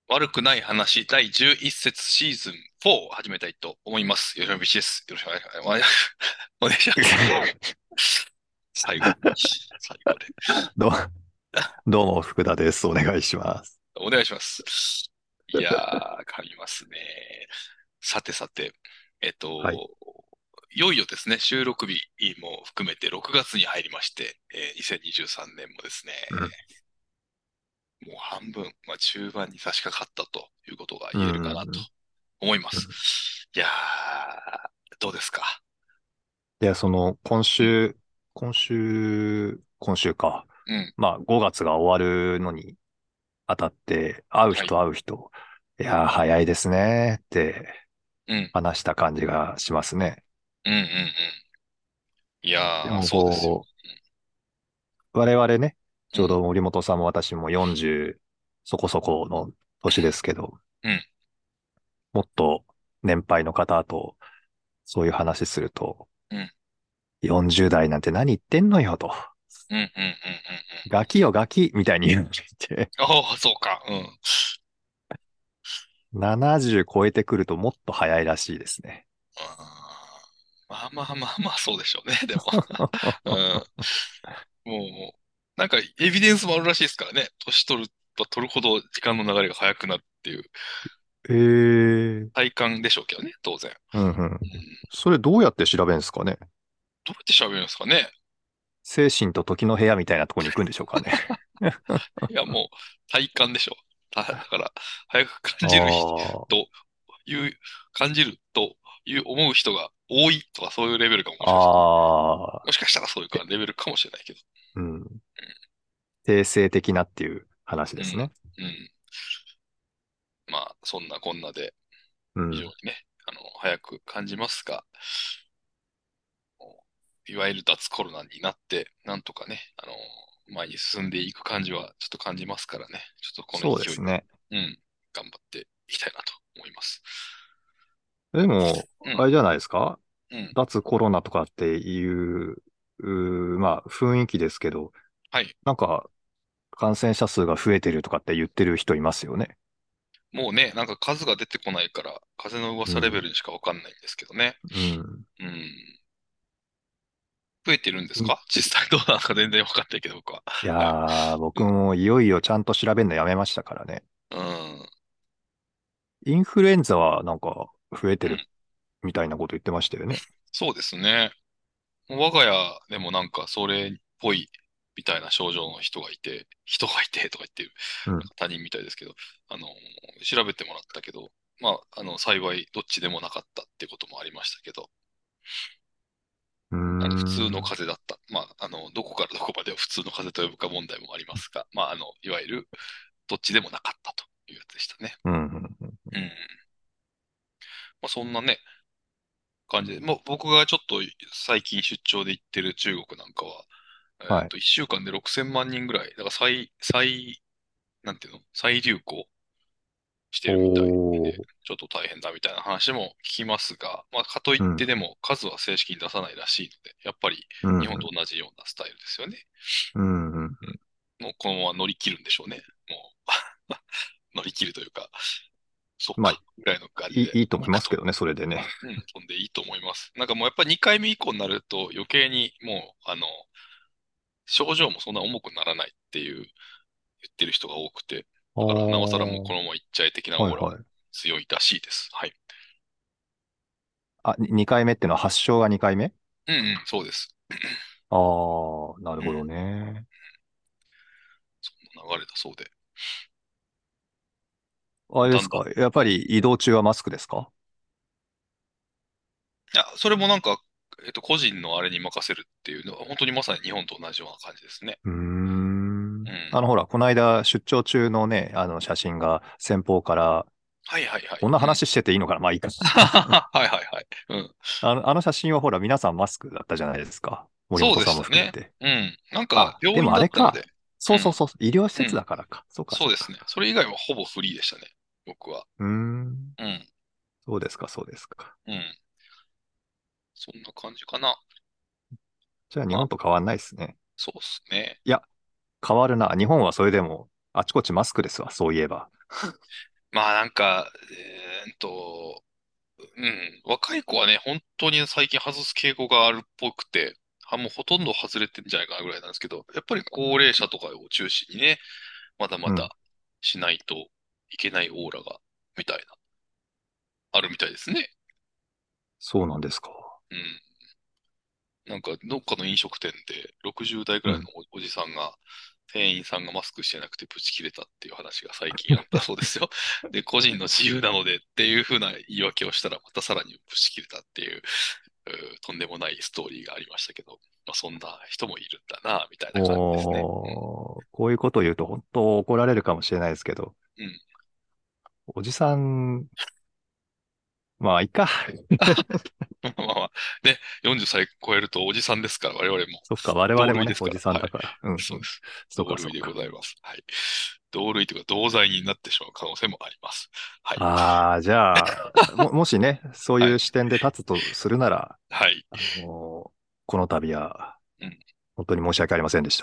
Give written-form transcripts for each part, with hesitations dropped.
悪くない話第11節シーズン4を始めたいと思います。よろしくお願いします。よろしくお願いします。最後に、最後で。 どう、どうも、福田です。お願いします。 お願いします。いやー、噛みますね。さてさて、 はい。 いよいよですね、収録日も含めて6月に入りまして、2023年もですね、もう半分、まあ中盤に差し掛かったということがう言えるかなとん。 思いまうん。 す。いやー、どうですか？ いや、 うん、 今週か。 うん、 まあ、5月が終わるのにあたって、会うはい、 人会う人、いや、早いですねってうん、 話した感じがしますね。 うん、うん、うん。いやー、 でも、 そうですよ。 我々ね、ちうん、 ょうど森本さんも私も40そこそこの年ですけど、 うん、 もっと年配の方とそういう話すると、 うん、 40代なんて何言ってんのよと。 うん、うん、うん、うん。うん。 ガキよガキみたいに言ってて、 ああ、そうか。うん。 70超えてくるともっと早いらしいですね。 まあまあまあまあ、そうでしょうね。でもうん。もう、なんか、エビデンスもあるらしいですからね。年取ると取るほど時間の流れが早くなるっていうええ。 体感でしょうけどね、当然。 うんうん。 うん。 それどうやって調べるんですかね？ どうやって喋るんですかね。 精神と時の部屋みたいなとこに行くんでしょうかね？ いや、もう、体感でしょ。だから、早く感じる人あという、感じると思う人が多いとかそういうレベルかもあ、 しれない。 ああ、 もしかしたらそういうかてレベルかもしれないけど。 うん。定性的なっていう話うん。 ですね。 うん。まあ、そんなこんなで、 うん。 非常にね、早く感じますが、いわゆる脱コロナになって、なんとかね、前に進んでいく感じはちょっと感じますからね。ちょっとこのそうで勢いで、 すね。 うん、頑張っていきたいなと思います。 でも、 うん、 あれじゃないですか？ うん。 脱コロナとかっていう、まあ雰囲気ですけど、 はい。 なんか感染者数が増えてるとかって言ってる人いますよね。 もうね、なんか数が出てこないから、風のうん。 噂レベルにしかわかんないんですけどね。 うん。 うん。増えてるんですか？実際どうなのか全然わかんないけど、僕は。 いやはい。 ー、僕もいよいよちゃんと調べるのやめましたからね。 うん。うん。 インフルエンザはなんか増えてるみたいなこと言ってましたよね。 そうですね。我が家でもなんかそれっぽいみたいな症状の人がいてとか言ってる、 うん。 なんか他人みたいですけど、あの、調べてもらったけど、まあ、幸いどっちでもなかったってこともありましたけど、 うー普通のん。 風邪だった。まあ、どこからどこまでを普通の風邪と呼ぶか問題もありますが、まあ、いわゆるどっちでもなかったというやつでしたね。 うん。うん。 うん。まあ、そんなね、感じで、もう僕がちょっと最近出張で行ってる中国なんかは、 はい。 1週間で6000万人ぐらい、だからなんていうの再流行してるみたいで、 おー。 ちょっと大変だみたいな話も聞きますが、まあ、かといっうん。 てでも数は正式に出さないらしいので、やっぱりうん。 日本と同じようなスタイルですよね。 うん。うん。 もうこのまま乗り切るんでしょうね。もう乗り切るというか、そっまあ、 か、ぐらいの感じで、 いいと思い行くと、 ますけどね、それでね。 うん、飛んでいいと思います。なんかもうやっぱり2回目以降になると余計にもう、症状もそんな重くならないって言ってる人が多くて、 あだからなおさらもうー。 このままいっちゃえ的なオーラがはいはい。 強いらしいです。はい。 あ、2回目ってのは発症が2回目？ うんうん、そうです。 あー、なるうん、 ほどね。 そんな流れだそうで。 あれでだんだん。 すか？やっぱり移動中はマスクですか？ いや、それもなんか、個人のあれに任せるっていうのは、本当にまさに日本と同じような感じですね。 うーん。 うん。 ほら、この間出張中のね、写真が先方から、 はいはいはい。 こんなうん。 話してていいのかな？まあいいか。 はいはいはい。うん。 あの写真はほら、皆さんマスクだったじゃないですか。森そうで本さんもしたね。 含めて。 うん。なんか、 あ、で病院もあれか。 だったので、うん。 そうそうそう。医療施設うん。 だからか。そうかそうか。 そうですね。それ以外はほぼフリーでしたね。僕は。 うーん。 うん。 そうですか、そうですか。 うん。そんな感じかな。 じゃあ日まあ、 本と変わんないですね。 そうっすね。 いや、変わるな。日本はそれでも、あちこちマスクですわ、そういえば。 まあなんか、うん、若い子はね、本当に最近外す傾向があるっぽくて、もうほとんど外れてんじゃないかなぐらいなんですけど、やっぱり高齢者とかを中心にね、まだまうん。 だしないといけないオーラが、みたいな、あるみたいですね。 そうなんですか。 うん。なんか、どっかの飲食店で60代ぐらいのうん。 おじさんが、店員さんがマスクしてなくてブチ切れたっていう話が最近あったそうですよ。で、個人の自由なのでっていう風な言い訳をしたら、またさらにブチ切れたっていう、とんでもないストーリーがありましたけど、まあ、そんな人もいるんだな、みたいな感じですね。 こういうことを言うと本当怒られるかもしれないですけど、 うん。うん。 おじさん、まあいいか。 まあまあまあ、ね、40歳超えるとおじさんですから、我々もそっか、我同 々もね、おじ類ですから。はい。 さんだから。うんうん。 そうです。 そっか同類でごそっか。 ざいます。はい。同類というか同罪になってしまう可能性もあります。はい。 ああ、じゃあ、もしね、そうはい。 いう視点で立つとするなら、 はい。 この度は、 うん。 本当に申し訳ありませんでした。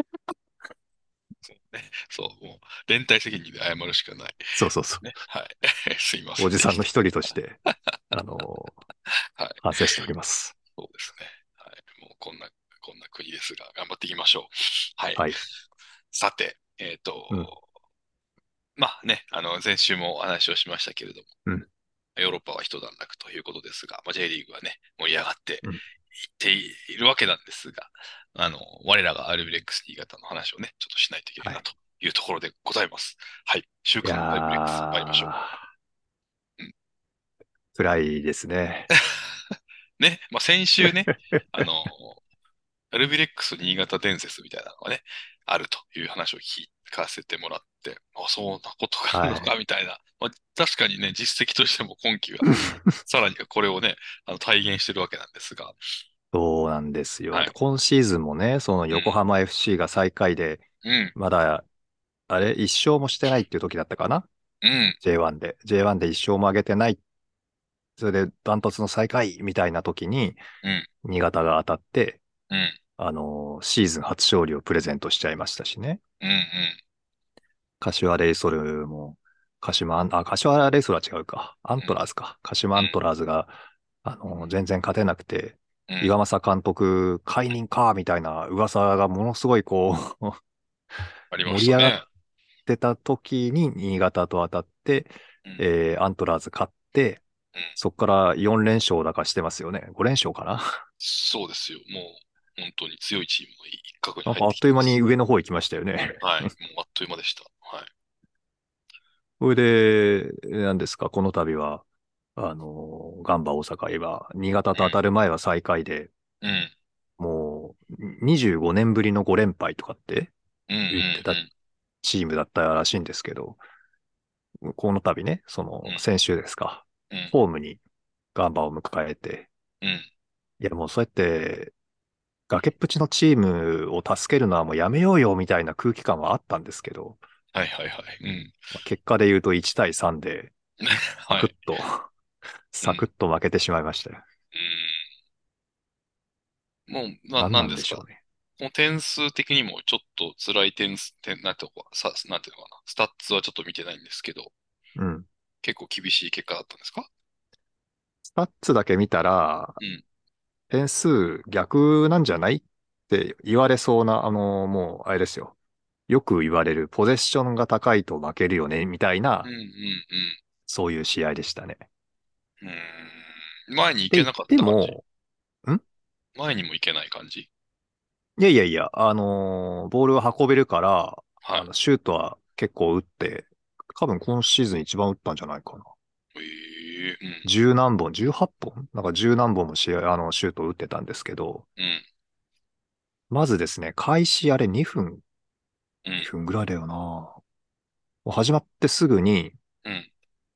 そうね。そう、もう、連帯責任で謝るしかない。 そうそうそう。 ね。はい。すいませおんでした。 じさんの一人として、あの、 はい。 反省しております。 そうですね。はい。もう、こんな国ですが、頑張っていきましょう。はい。 はい。 さて、 うん、 まあね、前週もお話をしましたけれども、 うん、 ヨーロッパは一段落ということですが、まあ、J リーグはね、盛り上がってうん。 いっているわけなんですが、我らがアルビレックス新潟の話をね、ちょっとしないといけないはい。 なというところでございます。はい。週いや刊アルビレックス参りましょー、 う。うん。 辛いですね。 ね、まあ、先週ね、あの、アルビレックス新潟伝説みたいなのがね、あるという話を聞かせてもらって、あ、そんなことがあるのか、 はい。 みたいな。まあ、確かにね、実績としても今季は、さらにこれをね、体現してるわけなんですが、 そうなんですよ。 はい。 今シーズンもね、そのうん、 横浜 FC が最下位で、 うん、 まだ、あれ、一勝もしてないっていう時だったかな？ うん、 J1 で。J1 で一勝も上げてない。それでダントツの最下位みたいな時に、 うん、 新潟が当たって、 うん、 シーズン初勝利をプレゼントしちゃいましたしね。 うん、うん、 柏レイソルも、柏レイソルは違うか。アントラーズか。鹿島アントラーズが、全然勝てなくて、 うん、うん。 岩政監督解任か、みたいな噂がものすごいありま盛り上がっしたね。 てた時に新潟と当たって、 うん、 アントラーズ勝って、 うん。 そこから4連勝だかしてますよね。5連勝かな。 そうですよ。もう、本当に強いチームの一角になん入ってきかあっという間にてます。 上の方行きましたよね。 はい。もうあっという間でした。はい。 それで、何ですか、この度は、ガンバ大阪は、新潟と当たる前は最下位で、 うん、うん、 もう、25年ぶりの5連敗とかってうん、うん、 言ってたチームだったらしいんですけど、この度ね、そうん、 の、先週ですか、 うん、 ホームにガンバを迎えて、 うん。 いやもうそうやって、崖っぷちのチームを助けるのはもうやめようよみたいな空気感はあったんですけど、 はいはいはい。うん。 まあ結果で言うと1対3で、サはい。 クッとうん。 サクッと負けてしまいましたよ。 うん。もう、 何なんなんですか。 でしょうね。 この点数的にもちょっと辛いなんていうのか、なんていうのかな。スタッツはちょっと見てないんですけど、 うん。 結構厳しい結果だったんですか？ スタッツだけ見たら、 うん。 点数逆なんじゃないって言われそうな、もう、あれですよ。よく言われる、ポゼッションが高いと負けるよね、みたいな、 うん、うん、 そういう試合でしたね。っうん。うーん。前に行て言っけなかった感じ？ ても、ん前にも行けない感じ？ いやいやいや、ボールは運べるから、 はい。 シュートは結構打って、多分今シーズン一番打ったんじゃないかな。 ええ、うん、 十何本、18本なんか十何本も試合、シュートを打ってたんですけど、 うん、 まずですね、開始あれ2分、 うん、 2分ぐらいだよな。もう始まってすぐに、 うん、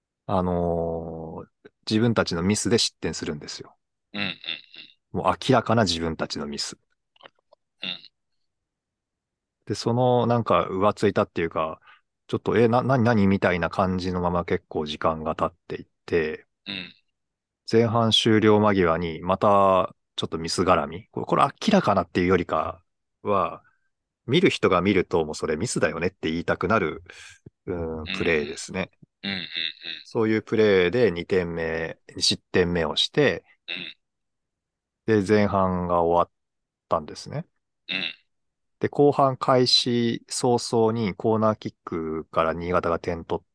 自分たちのミスで失点するんですよ。 うん、うん、 もう明らかな自分たちのミス。 うん、 で、そのなんか浮ついたっていうか、ちょっと、何みたいな感じのまま結構時間が経っていって、 うん、 前半終了間際にまたちょっとミス絡み。これ明らかなっていうよりかは、見る人が見るともうそれミスだよねって言いたくなる、プレーですね。 うん、うん、うん、 そういうプレーで2点目、2失点目をして、 うん、 で、前半が終わったんですね。 うん、 で、後半開始早々にコーナーキックから新潟が点取って、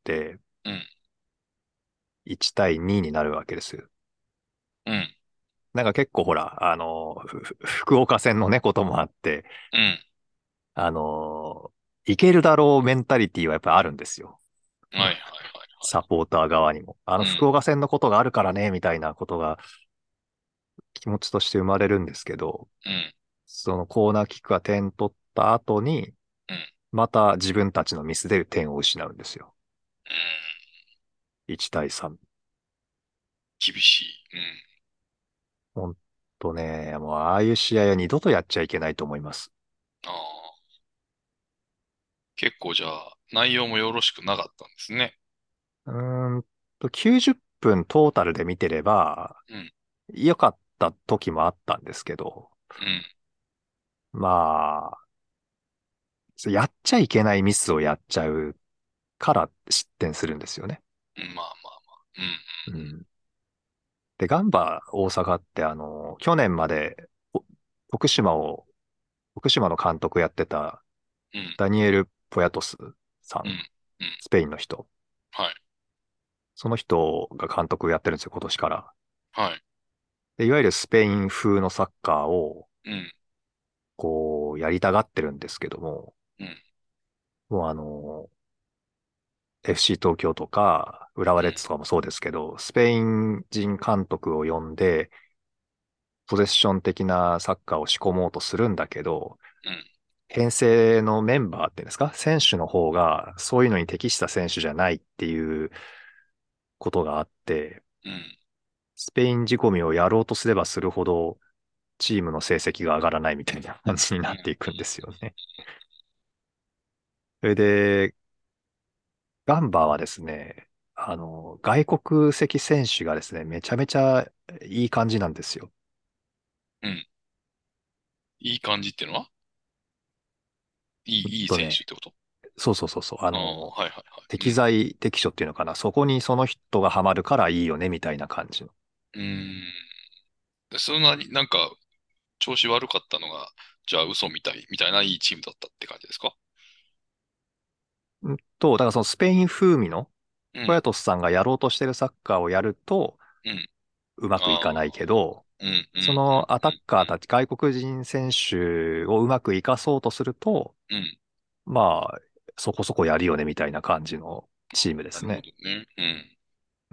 うん、 1対2になるわけですよ。 うん、 なんか結構ほら、福岡戦のね、こともあって、 うん。 あの、いけるだろうメンタリティはやっぱりあるんですよ。 はい、はい、はい、はい。 サポーター側にも。 うん、 福岡戦のことがあるからね、みたいなことが気持ちとして生まれるんですけど、 うん、 そのコーナーキックが点取った後に、 うん、 また自分たちのミスで点を失うんですよ。 うん。 1対3。 厳しい。うん。 ほんとね、もうああいう試合は二度とやっちゃいけないと思います。 ああ、結構じゃあ、内容もよろしくなかったんですね。 うーん90分トータルで見てれば、 うん、 良かった時もあったんですけど、 うん、 まあ、やっちゃいけないミスをやっちゃうから失点するんですよね。 うん。まあまあまあ。うん、 うん。で、ガンバ大阪って去年まで徳島を、徳島の監督やってたうん、 ダニエル・ポヤトスさうん、 ん、 うん。 スペインの人。 はい、 その人が監督やってるんですよ、今年から。 はい。 で、いわゆるスペイン風のサッカーを、 うん、 こう、やりたがってるんですけども、 うん、 もうFC 東京とか、浦和うん、 レッズとかもそうですけど、スペイン人監督を呼んで、ポゼッション的なサッカーを仕込もうとするんだけど、 うん、 編成のメンバーっていうんですか、選手の方がそういうのに適した選手じゃないっていうことがあって、 うん。 スペイン仕込みをやろうとすればするほど、チームの成績が上がらないみたいな感じにうん。 なっていくんですよね。それで、ガンバはですね、外国籍選手がですね、めちゃめちゃいい感じなんですよ。 うん。いい感じっていうのはいいとね、 選手ってこと？ そうそうそうそう、 ああ、はいはいはい。 適材適所っていうのかな、そこにその人がハマるからいいよね、みたいな感じの。 うん。そんなになんか調子悪かったのが、じゃあ嘘みたいないいチームだったって感じですか？ だからそのスペイン風味の、 うん、 コヤトスさんがやろうとしてるサッカーをやると、 うん。 うまくいかないああ、 けど、 うん、うん、うん、 そのアタッカーうん、 たち、外国人選手をうまく活かそうとすると、 うん。うん。 まあ、そこそこやるよねみたいな感じのチームでなるほすね。 どね。うん、 うん。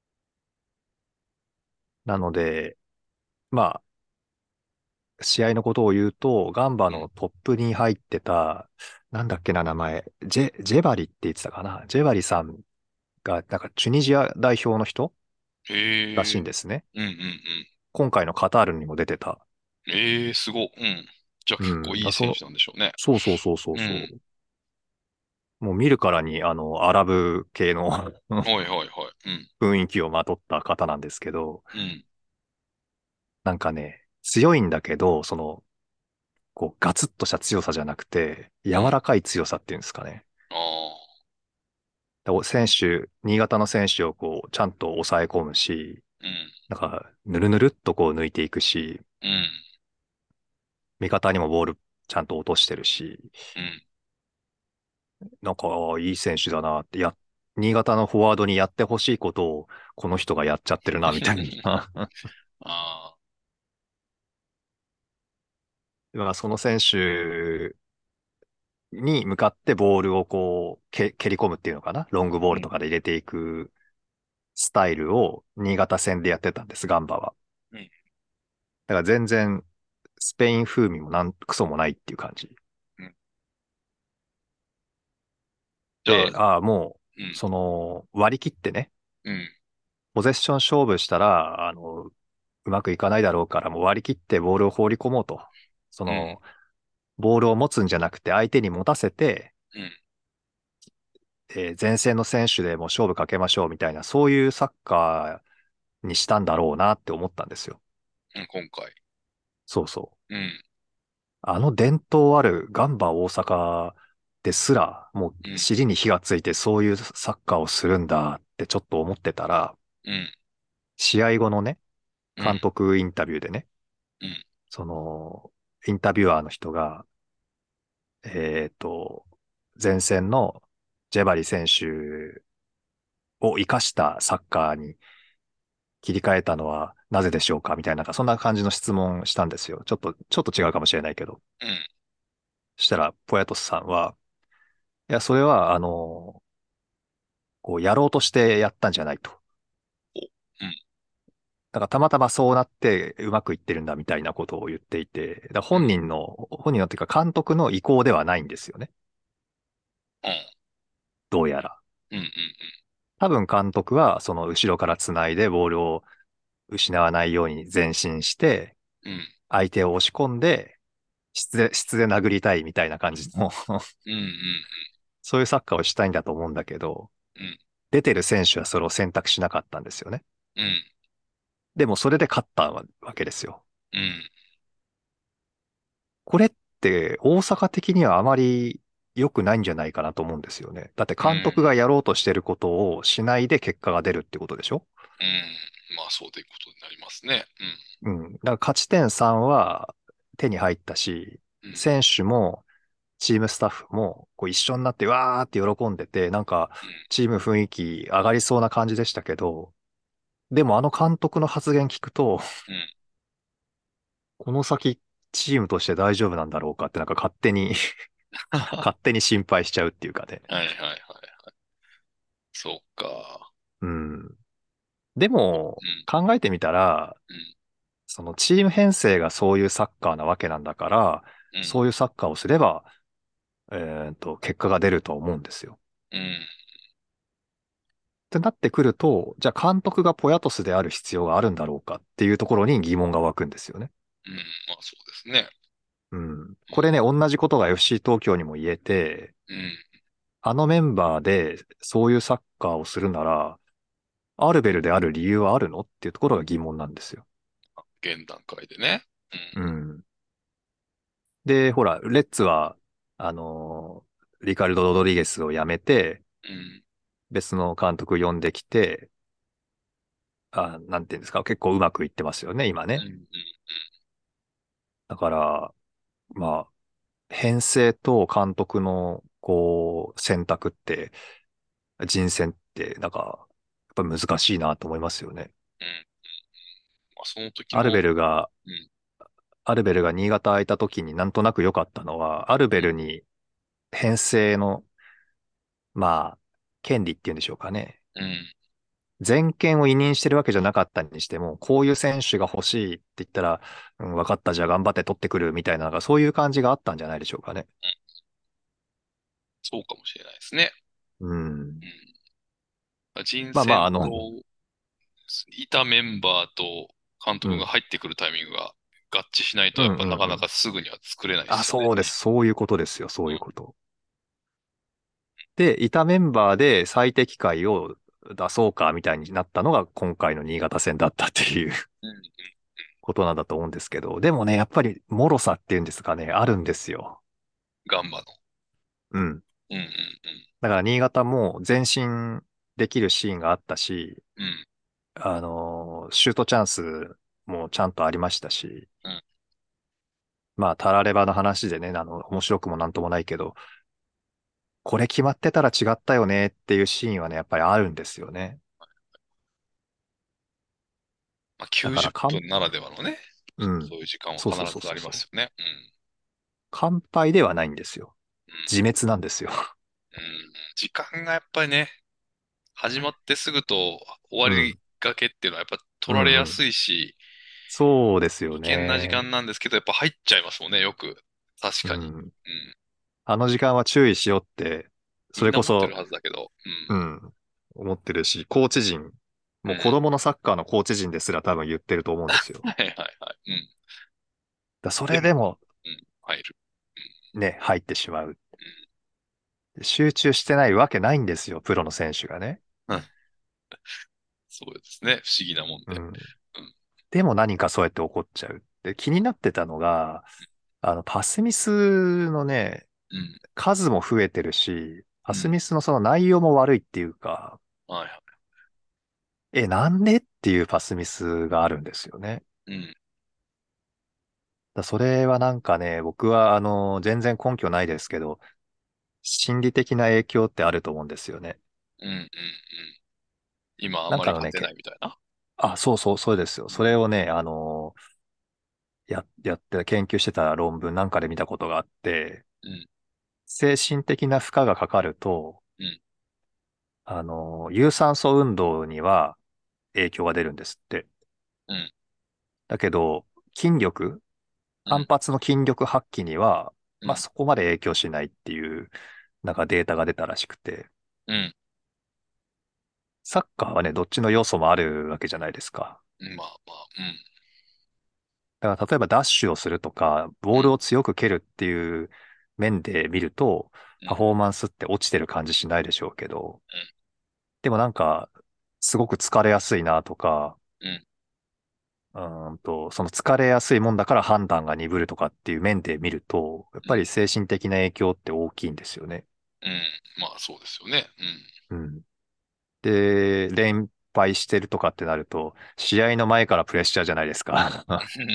なので、まあ、試合のことを言うと、ガンバうん。 のトップに入ってた、なんだっけな、名前、ジェバリって言ってたかな。ジェバリさんが、なんかチュニジア代表の人らしへえ、 いんですね。 うん、うん、 今回のカタールにも出てた。 うん。ええ、すご。うん。じゃあ結構うん。 いい選手なんでしょうね。 そうそうそうそううん。 そう。もう見るからに、アラブ系のはいはいはい。うん、 雰囲気をまとった方なんですけど、 うん、 なんかね、強いんだけど、こう、ガツッとした強さじゃなくて、 うん。 柔らかい強さっていうんですかね。 ああ、 新潟の選手をこう、ちゃんと抑え込むし、 うん、 なんか、ぬるぬるっとこう抜いていくし、 うん、 味方にもボールちゃんと落としてるし、 うん。 なんか、いい選手だなって、新潟のフォワードにやってほしいことを、この人がやっちゃってるな、みたいな。 ああ、 まあ、その選手に向かってボールをこう、蹴り込むっていうのかな。ロングボールとうん、 かで入れていくスタイルを新潟戦でやってたんです、ガンバは。 うん。 だから全然スペイン風味もクソもないっていう感じ。 うん。じゃあ、 で、もう、 うん、 割り切ってね、 うん、 ポゼッション勝負したら、うまくいかないだろうから、もう割り切ってボールを放り込もうと。そうん、 の、ボールを持つんじゃなくて相手に持たせて、 うん、 前線の選手でもう勝負かけましょうみたいな、そういうサッカーにしたんだろうなって思ったんですよ。 うん、今回。 そうそう。 うん、 伝統あるガンバ大阪っですら、もうん、 う尻に火がついてそういうサッカーをするんだってちょっと思ってたら、 うん、 試合後のね、 うん、 監督インタビューでね、 うん、 その、インタビュアーの人が、えっと、前線のジェバリ選手を生かしたサッカーに切り替えたのはなぜでしょうかみたいな、なんかそんな感じの質問したんですよ。ちょっと違うかもしれないけど。 うん、 そしたら、ポヤトスさんは、いや、それは、こう、やろうとしてやったんじゃないと。 お、うん、 だからたまたまそうなってうまくいってるんだみたいなことを言っていて、だからうん、 本人のっていうか監督の意向ではないんですよね。 うん、 どうやら。 うん、うん、 多分監督はその後ろから繋いでボールを失わないように前進して、 うん、 相手を押し込んで、質で殴りたいみたいな感じのうん、うん、 そういうサッカーをしたいんだと思うんだけど、 うん、 出てる選手はそれを選択しなかったんですよね。 うん、 でもそれで勝ったわけですよ。 うん、 これって大阪的にはあまり良くないんじゃないかなと思うんですよね。だってうん、 監督がやろうとしてることをしないで結果が出るってことでしょ？ うん、まあそうということになりますね。 うん。だから勝ち点3は手に入ったし、 うん、うん、 選手もチームスタッフもこう一緒になってわーって喜んでて、なんかうん、 チーム雰囲気上がりそうな感じでしたけど、でもあの監督の発言聞くと、 うん。 この先チームとして大丈夫なんだろうかってなんか勝手には勝手に心配しちゃうっていうかね。 いはいはい。そうか。 うん。でも、 うん、 考えてみたら、 うん、 そのチーム編成がそういうサッカーなわけなんだから、 うん、 そういうサッカーをすれば、結果が出ると思うんですよ。 うん、 ってなってくると、じゃあ監督がポヤトスである必要があるんだろうかっていうところに疑問が湧くんですよね。 うん、まあそうですね。 うん。これね、同じことが FC 東京にも言えて、 うん、うん、 あのメンバーでそういうサッカーをするなら、アルベルである理由はあるのっていうところが疑問なんですよ。 現段階でね。 うん。で、ほら、レッツは、あのリカルド・ロドリゲスを辞めて、 うん、 別の監督呼んできて、なんていうんですか、結構うまくいってますよね、今ね。 うん、うん、 だから、まあ、編成と監督の、こう、選択って、人選って、なんか、やっぱ難しいなと思いますよね。 うん。まあその時アルの、 ベルが、 うん、 アルベルが新潟空いた時になんとなく良かったのは、アルベルに編成の、まあ、権利っていうんでしょうかね。 うん、 全権を委任してるわけじゃなかったにしても、こういう選手が欲しいって言ったら、うん、分かった、じゃあ頑張って取ってくるみたいな、なんかそういう感じがあったんじゃないでしょうかね。 そうかもしれないですね。 うん。 うん、人まあまあ、 選といたメンバーと監督がうん。 入ってくるタイミングが合致しないと、 うんやっぱなかなかうんうん。 すぐには作れないであ、 すよね。 そうです。そういうことですよ。そうん、 ういうこと。で、いたメンバーで最適解を出そうかみたいになったのが今回の新潟戦だったっていううん、うん、 ことなんだと思うんですけど、でもね、やっぱり脆さっていうんですかね、あるんですよ。 ガンバの。 うん。 うん、うん、 だから新潟も前進できるシーンがあったし、 うん、うん、 シュートチャンスもちゃんとありましたし、 うん。 まあ、たらればの話でね、面白くもなんともないけど、これ決まってたら違ったよねっていうシーンはね、やっぱりあるんですよね。 まあ、 だから、 90分ならではのね、 うん。 そういう時間はそうそうそ必ずあうそうそう。 りますよね。うん、 完敗ではないんですよ。 うん、 自滅なんですよ。 うん。時間がやっぱりね、始まってすぐと終わりうん。 がけっていうのはやっぱ取られうんうん。 やすいし、 そうですよ危険な時ね。 間なんですけど、やっぱ入っちゃいますもんね、よく。確かに。 うん。 うん。 あの時間は注意しようって、そみんな思ってるれこそ、 はずだけど。うん。 うん、思ってるし、コーチ陣、 うん。 もう子供のサッカーのコーチ陣ですら多分言ってると思うんですよ。 はいはいはい。うん。 そでも、 れでもうん。入る。 ね、入ってしまう。集中してないわけないんですよ、プロの選手がね。 うん。うん。そうですね。不思議なもんで。 うん。 うん。 でも何かそうやって起こっちゃう。で、気になってたのが、パスミスのね、 うん。 数も増えてるし、パスうん。 ミスのその内容も悪いっていうか、 はいはなんでっていうパスミスがあるんですよね。 い。うん。 それはなんかね、僕は全然根拠ないですけど、心理的な影響ってあると思うんですよね。 うん。うん。うん。今あんなんかね、 まり勝てないみたいな。 そうそう、そうですよ。 うん。 それをね、やって研究してた論文なんかで見たことがあって、 うん。 精神的な負荷がかかると、 うん。 有酸素運動には影響が出るんですって。 うん。 だけど、筋力、 うん。 単発の筋力発揮には、 うん。 そこまで影響しないっていう、なんかデータが出たらしくて、 うん。 サッカーはね、どっちの要素もあるわけじゃないですか。 まあまあ、うん。 だから例えばダッシュをするとか、ボールうん。 を強く蹴るっていう面で見ると、 うん。 パフォーマンスって落ちてる感じしないでしょうけど、でもなんか、すごく疲れやすいなとか、 うん。 その疲れやすいもんだから判断が鈍るとかっていう面で見ると、やっうん。 ぱり精神的な影響って大きいんですよね。 うん。まあそうですよね。 うん。で、連敗してるとかってなると、試合の前からプレッシャーじゃないですか。だかうん。うん。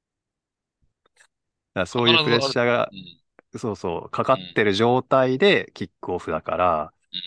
ら必そういうプレッずある。 シャーが、 うん。 そうそう、かかうん。 ってる状態でキックオフだから、 うん。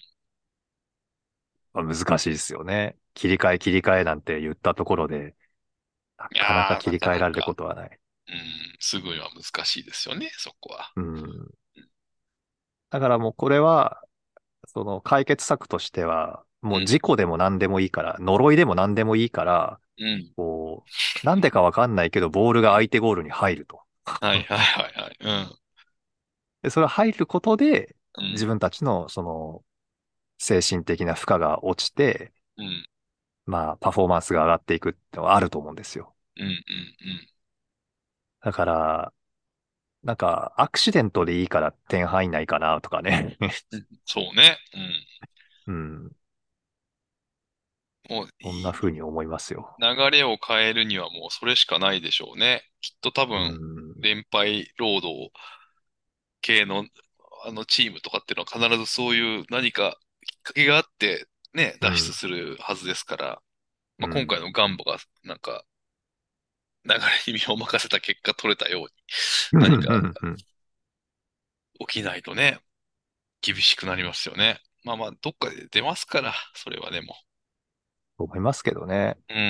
難しいですよね。切り替えなんて言ったところで、なかなかいやー、な切り替えられるかなか、 ことはない。 うん、すぐには難しいですよね、そこは。 うん。 うん。 だからもうこれは、その解決策としては、もううん。 事故でも何でもいいから、呪いでも何でもいいから、 うん。 こなんでかわかんないけど、ボールが相手ゴールに入ると。 はいはいはいはい。うん。 で、それが入ることで、 うん。 自分たちのその精神的な負荷が落ちて、 うん。 パフォーマンスが上がっていくってのはあると思うんですよ。 うん。うん。 だから、なんか、アクシデントでいいから点入んないかなとかね。 うん。そうね。 うん。 うん。もうそんな風に思いますよ。 流れを変えるにはもうそれしかないでしょうね。きっと多う分、 ん。 連敗労働系のチームとかっていうのは必ずそういう何かきっかけがあってね、脱出うん。 するはずですから、まあ、今回うん。 のガンバがなんか流れに身を任せた結果取れたようにうん。 何かうん。 起きないとね、厳しくなりますよね。まあまあ、どっかで出ますから、それはでも。 思いますけどね。 うん。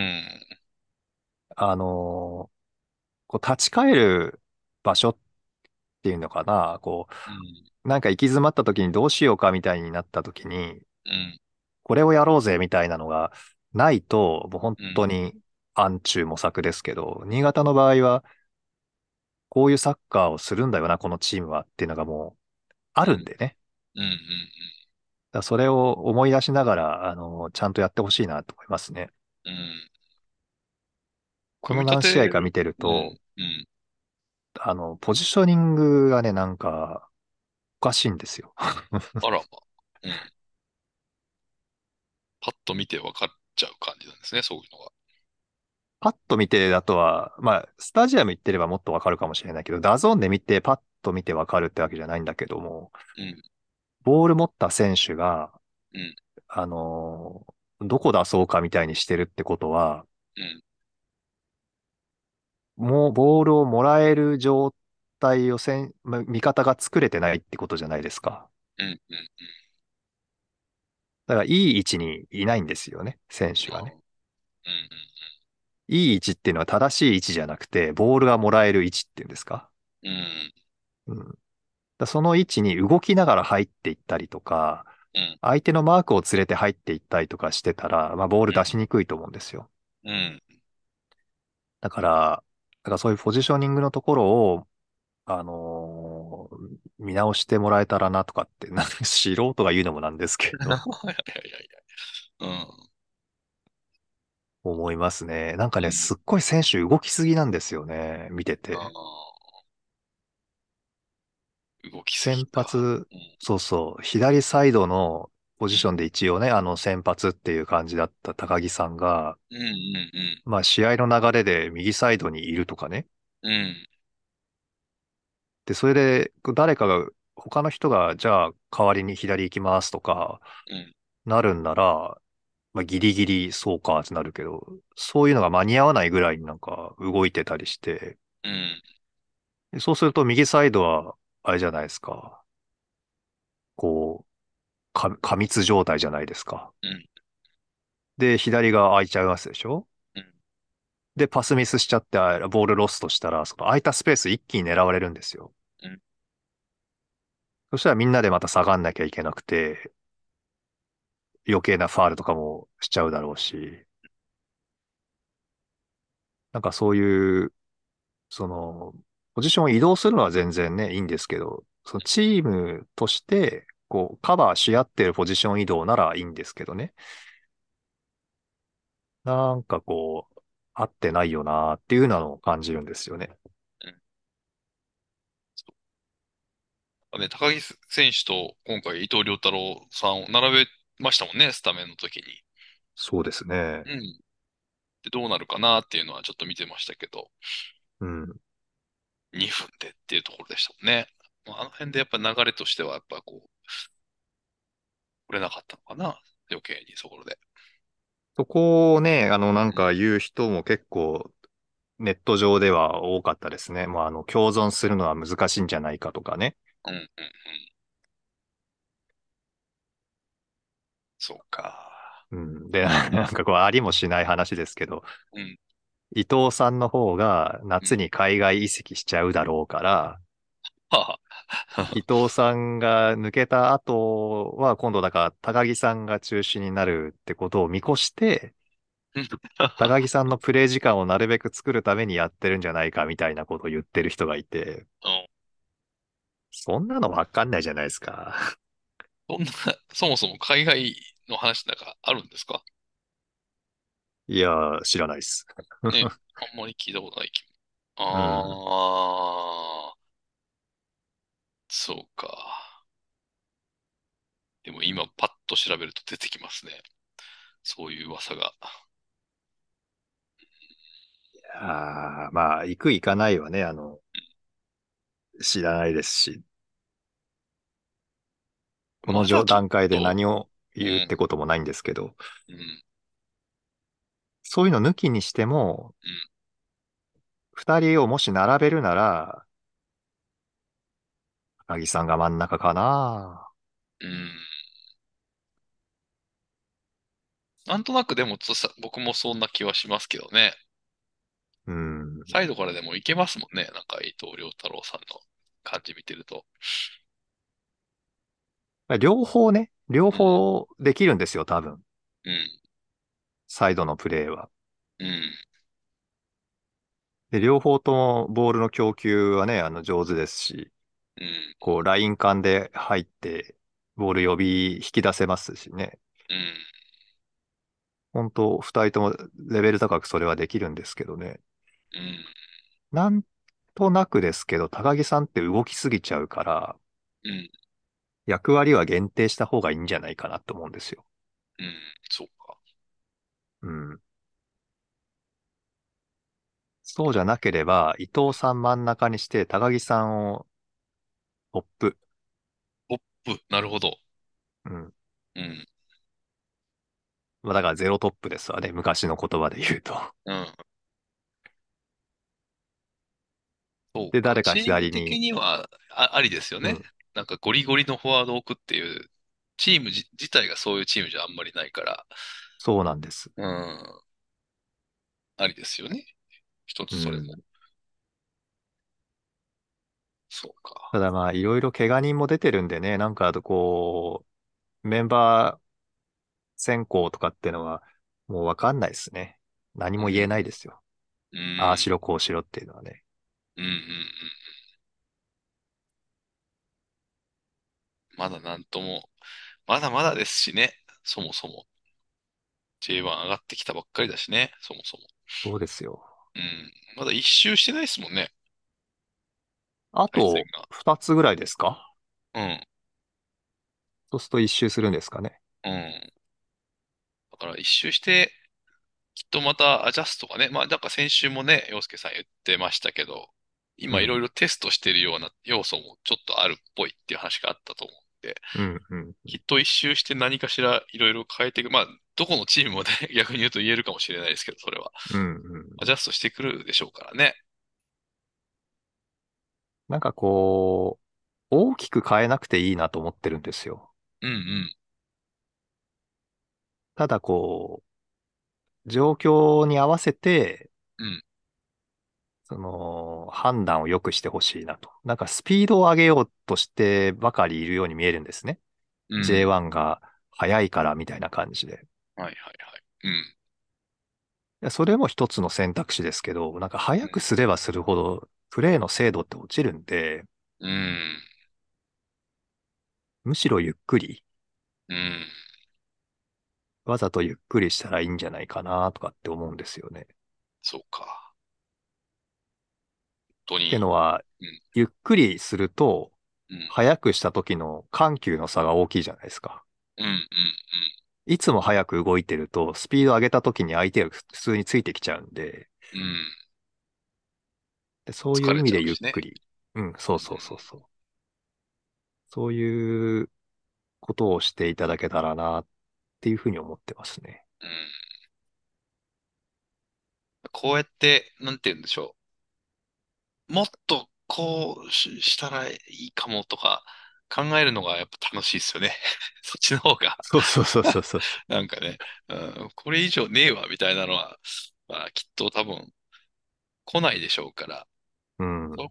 立ち返る場所っていうのかな。 うん。 なんか行き詰まった時にどうしようかみたいになった時に、 うん。 これをやろうぜみたいなのがないと、もう本うん。 当に暗中模索ですけど、新潟の場合は、こういうサッカーをするんだよな、このチームはっていうのがもうあうん。 るんでね。 うん。うん。 だからそれを思い出しながら、ちゃんとやってほしいなと思いますね。 うん。 この組み立何試合か見てる。 てるうん。 と、 うん。 ポジショニングがね、なんか、おかしいんですよ。 あらま。うん。パッと見て分かっちゃう感じなんですね、そういうのが。 パッと見てだとは、スタジアム行ってればもっとわかるかもしれないけど、ダゾーンで見て、パッと見てわかるってわけじゃないんだけども、 うん。 ボール持った選手が、 うん。 どこ出そうかみたいにしてるってことは、 うん。 もうボールをもらえる状態を味方が作れてないってことじゃないですか。 うん。うん。 だからいい位置にいないんですよね、選手がね。 ああ。うん。 いい位置っていうのは正しい位置じゃなくて、ボールがもらえる位置っていうんですか。 うん。 うん。その位置に動きながら入っていったりとか、 うん。 相手のマークを連れて入っていったりとかしてたら、ボール出しにくいと思うんですよ。 うん。 だから、そういうポジショニングのところを、見直してもらえたらなとかって、なんか素人が言うのもなんですけいやど、 いやいやいや。うん。 思いますね。なんかね、 うん。 すっごい選手動きすぎなんですよね、見てあて。 あ。動きすぎ先か。 発、 うん。 そうそう、左サイドのポうん。 ジションで一応ね、先発っていう感じだった高木さんが、 うん。うん。 試合の流れで右サイドにいるとかね。 うん。うん。 で、それで、誰かが他の人が、じゃあ代わりに左行きますとか、 うん、 なるんなら、まあ、ギリギリそうかってなるけど、そういうのが間に合わないぐらいになんか動いてたりして、 うん、 でそうすると右サイドは、あれじゃないですか。こう、過密状態じゃないですか。 うん、 で、左が空いちゃいますでしょ？ うん、 で、パスミスしちゃって、ボールロストしたら、その空いたスペース一気に狙われるんですよ。 うん。 そしたらみんなでまた下がんなきゃいけなくて、余計なファールとかもしちゃうだろうし、なんかそういう、その、ポジションを移動するのは全然ね、いいんですけど、そのチームとして、こう、カバーし合ってるポジション移動ならいいんですけどね。なんかこう、合ってないよなっていうのを感じるんですよね。 うん。ね、高木選手と今回伊藤良太郎さんを並べましたもんね、スタメンの時に。 そうですね。 うん。で、どうなるかなっていうのはちょっと見てましたけど、 うん。 2分でっていうところでしたもんね。まああの辺でやっぱ流れとしてはやっぱこう、取れなかったのかな、余計にそこで。 そこをね、なんうん、 か言う人も結構ネット上では多かったですね。もう共存するのは難しいんじゃないかとかね。 うん、うん、うん。そうか。 うん。で、なんかこう、ありもしない話ですけど、 うん、 伊藤さんの方がうん。 夏に海外移籍しちゃうだろうから、 は伊あ。 藤さんが抜けた後は今度だから高木さんが中心になるってことを見越して、高木さんのプレイ時間をなるべく作るためにやってるんじゃないかみたいなことを言ってる人がいて、 うん。 そんなのわかんないじゃないですか。 そんな、そもそも海外の話なんかあるんですか？ いやー、知らないです。 ね。あんまり聞いたことない気も。 うん。 ああ、そうか。でも今パッと調べると出てきますね。そういう噂が。 まあ、行く行かないはね、知らないですし、このまだちょっ段階で何と、 を言うってうん、 こともないんですけど、 うん、 そういうの抜きにしても、 うん、 二人をもし並べるなら、高木さんが真ん中かな。 うん。なんとなくでも僕もそんな気はしますけどね。 うん。 サイドからでもいけますもんね。なんか伊藤良太郎さんの感じ見てると。 両方ね、両うん、 方できるんですよ、多分。 うん、 サイドのプレーは。 うん、 で、両方ともボールの供給はね、上手ですし、 うん、 こう、ライン間で入って、ボール引き出せますしね。 うん、 本当二人ともレベル高くそれはできるんですけどね。 うん、 なんとなくですけど、高木さんって動きすぎちゃうから、 うん、 役割は限定した方がいいんじゃないかなと思うんですよ。 うん、そうか。 うん。そうじゃなければ、伊藤さん真ん中にして高木さんをトップ。 ポップ、なるほど。 うん。 うん、 まあだからゼロトップですわね。昔の言葉で言うと。 うん。そうで、 か。 誰かチーム的左に。 にはありですよね。 うん。 なんかゴリゴリのフォワードを置くっていう、チーム自体がそういうチームじゃあんまりないから、 そうなんです。 うん、ありですよね。一つそれも。 うん。 そうか。 ただまあ、いろいろ怪我人も出てるんでね、なんかこう、メンバー選考とかってのは、もうわかんないですね。何うん、 も言えないですよ。 うん、 ああしろこうしろっていうのはね。 うん、うん、うん。まだなんとも、まだまだですしね。そもそも。J1 上がってきたばっかりだしね。そもそも。 そうですよ。 うん。まだ一周してないですもんね。 あと、 対戦が。 二つぐらいですか？ うん。 そうすると一周するんですかね。 うん。だから一周して、きっとまたアジャストがね。まあ、なんか先週もね、洋介さん言ってましたけど、 今いろいうん。 ろテストしてるような要素もちょっとあるっぽいっていう話があったと思うんで、 うん。うん。 きっと一周して何かしらいろいろ変えていく。まあ、どこのチームもね、逆に言うと言えるかもしれないですけど、それは。 うん。うん。 アジャストしてくるでしょうからね。 なんかこう、大きく変えなくていいなと思ってるんですよ。 うんうん。 ただこう、状況に合わせて、 うん。 判断を良くしてほしいなと。なんかスピードを上げようとしてばかりいるように見えるんですね。 うん。 J1 が速いからみたいな感じで。 はいはいはい。うん。 いやそれも一つの選択肢ですけど、なんか速くうん。 すればするほど、プレーの精度って落ちるんで、 うん。 むしろゆっくり、 うん。 わざとゆっくりしたらいいんじゃないかなとかって思うんですよね。っそうか。本当に。 てのは、 うん。 ゆっくりすると、 うん。 速くした時の緩急の差が大きいじゃないですか。 うん。うん。 いつも早く動いてると、スピード上げた時に相手が普通についてきちゃうんで、 うん。うん。 でそうい疲れう意味でゆっちゃうしね。 くり。うん、 うん。 そうそうそうそう。そういうことをしていただけたらなっていうふうに思ってますね。 うん。こうやって、なんて言うんでしょう。もっとしたらいいかもとか考えるのがやっぱ楽しいですよね。そっちの方が。 そうそうそうそうそうそなんかね、うん、これ以上ねえわみたいなのは、まあ、きっと多分来ないでしょうから、 う。うん。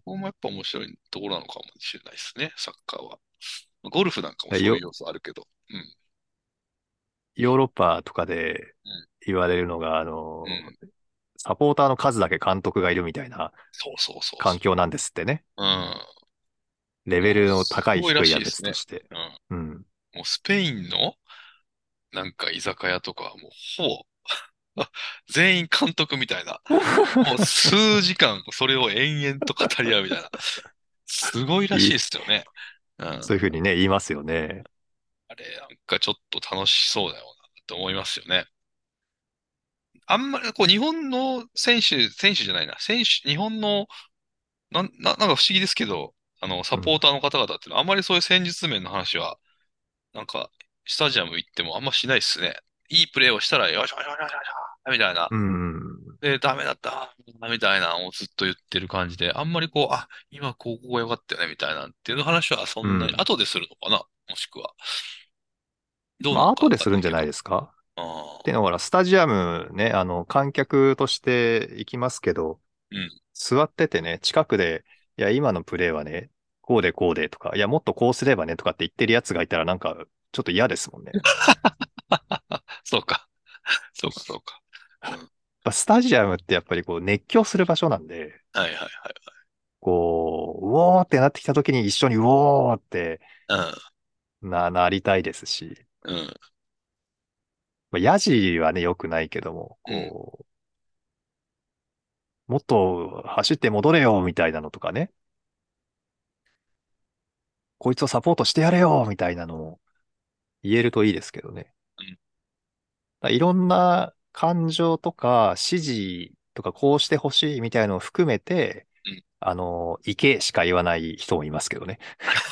そこもやっぱ面白いところなのかもしれないですね、サッカーは。ゴルフなんかもでよ、 そういう要素あるけど。うん。 ヨーロッパとかでうん。 言われるのが、 うん。 サポーターの数だけ監督がいるみたいなそうそうそうそ環境なんですってね。 う。うん。 レベもう、 ルの高いすごいら低いはしいですね。 別として。 うん。 うん。 もうスペインのなんか居酒屋とかはもうほぼ全員監督みたいな。もう数時間それを延々と語り合うみたいな。すごいらしいでいい。 すよね。うん。 そういうふうにね、言いますよね。 あれ、なんかちょっと楽しそうだよなって思いますよね。あんまり、日本の選手じゃないな。日本の、なんか不思議ですけど、サうん。 ポーターの方々っていうのは、あんまりそういう戦術面の話は、なんか、スタジアム行ってもあんましないっすね。いいプレーをしたら、よしよしよしよしよしみたいな。 うん。 で、ダメだった、みたいなのをずっと言ってる感じで、あんまり今ここが良かったよね、みたいなっていう話はそんなにうん。 後でするのかなもしくは。どうまあ、 なのかわ後でするんじゃかんないけど。 ないですか。 あで、 あ、 ほら、スタジアムね、観客として行きますけど、 うん。 座っててね、近くで、いや、今のプレーはね、こうでこうでとか、いや、もっとこうすればねとかって言ってるやつがいたらなんか、ちょっと嫌ですもんね。 そうか。そうか、そうか。うん。 スタジアムってやっぱりこう熱狂する場所なんで、 はいはいはい。 こう、うおーってなってきた時に一緒にうおーってうなりたいですし、 ん。うん。 まあ、ヤジはね、良くないけども、 うん。 もっと走って戻れよみたいなのとかね、こいつをサポートしてやれよみたいなのも言えるといいですけどね。 うん。 いろんな感情とか指示とかこうしてほしいみたいなのを含めて、 うん。 行けしか言わない人もいますけどね。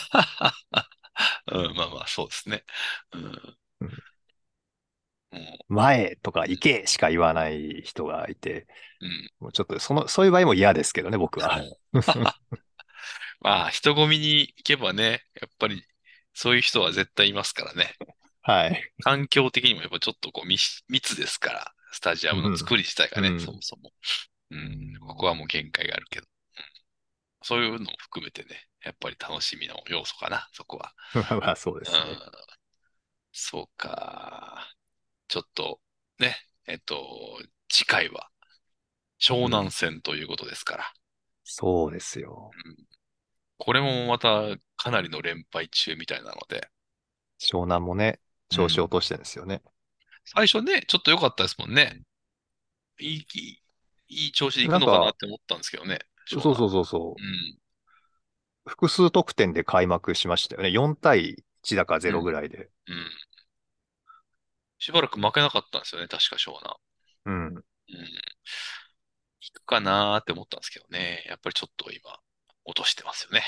うん、まあまあ、そうですね。うん。 うん、 も前とか行けしか言わない人がいて、 う、うん。 もうちょっとそういう場合も嫌ですけどね、僕は。 もうまあ、人混みに行けばね、やっぱり、そういう人は絶対いますからね。 はい。 環境的にもやっぱちょっと密ですから、スタジアムのうん。 作り自体がね、そもうん。 そも。うん、ここはもう限界があるけど、そういうのも含めてね、やっぱり楽しみの要素かな、そこは。 まあそうでうん、 すね。 そうか。ちょっと、ね、次回は湘南うん。 戦ということですから。 そうですよ。 うん、これもまたかなりの連敗中みたいなので、 湘南もね、 うん。 調子を落としてるんですよね。 最初ね、ちょっと良かったですもんね。いい、いいいい調子で行くのかなっなんか、 て思ったんですけどね、湘南。 そうそうそうそうん。 う。複数得点で開幕しましたよね。4対1だか0ぐうん。 らいで。 うん。しばらく負けなかったんですよね、確か湘南。 うん。 うん。行くかなーって思ったんですけどね。やっぱりちょっと今。 落としてますよね。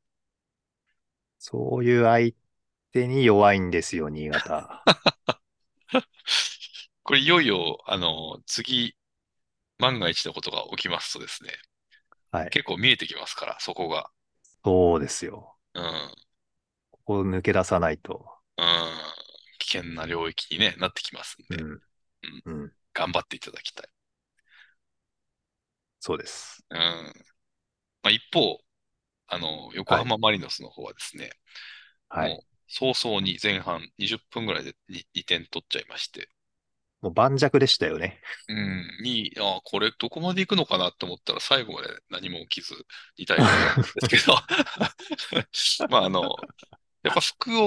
そういう相手に弱いんですよ、新潟。 これいよいよ、次、万が一のことが起きますとですね、 はい。 結構見えてきますから、そこが。 そうですよ。 うん、 ここを抜け出さないと。 うん、危険な領域にね、なってきますんで、 うん。 うん、 うん。 頑張っていただきたい。 そうです。 うん。まあ、一方、横はい。 浜マリノスの方はですね、 はい。 もう早々に前半20分ぐらいで2点取っちゃいまして、 もう盤石でしたよね。 うん、これどこまで行くのかなと思ったら最後まで何も起きず2対0だったんですけど、まあやっぱ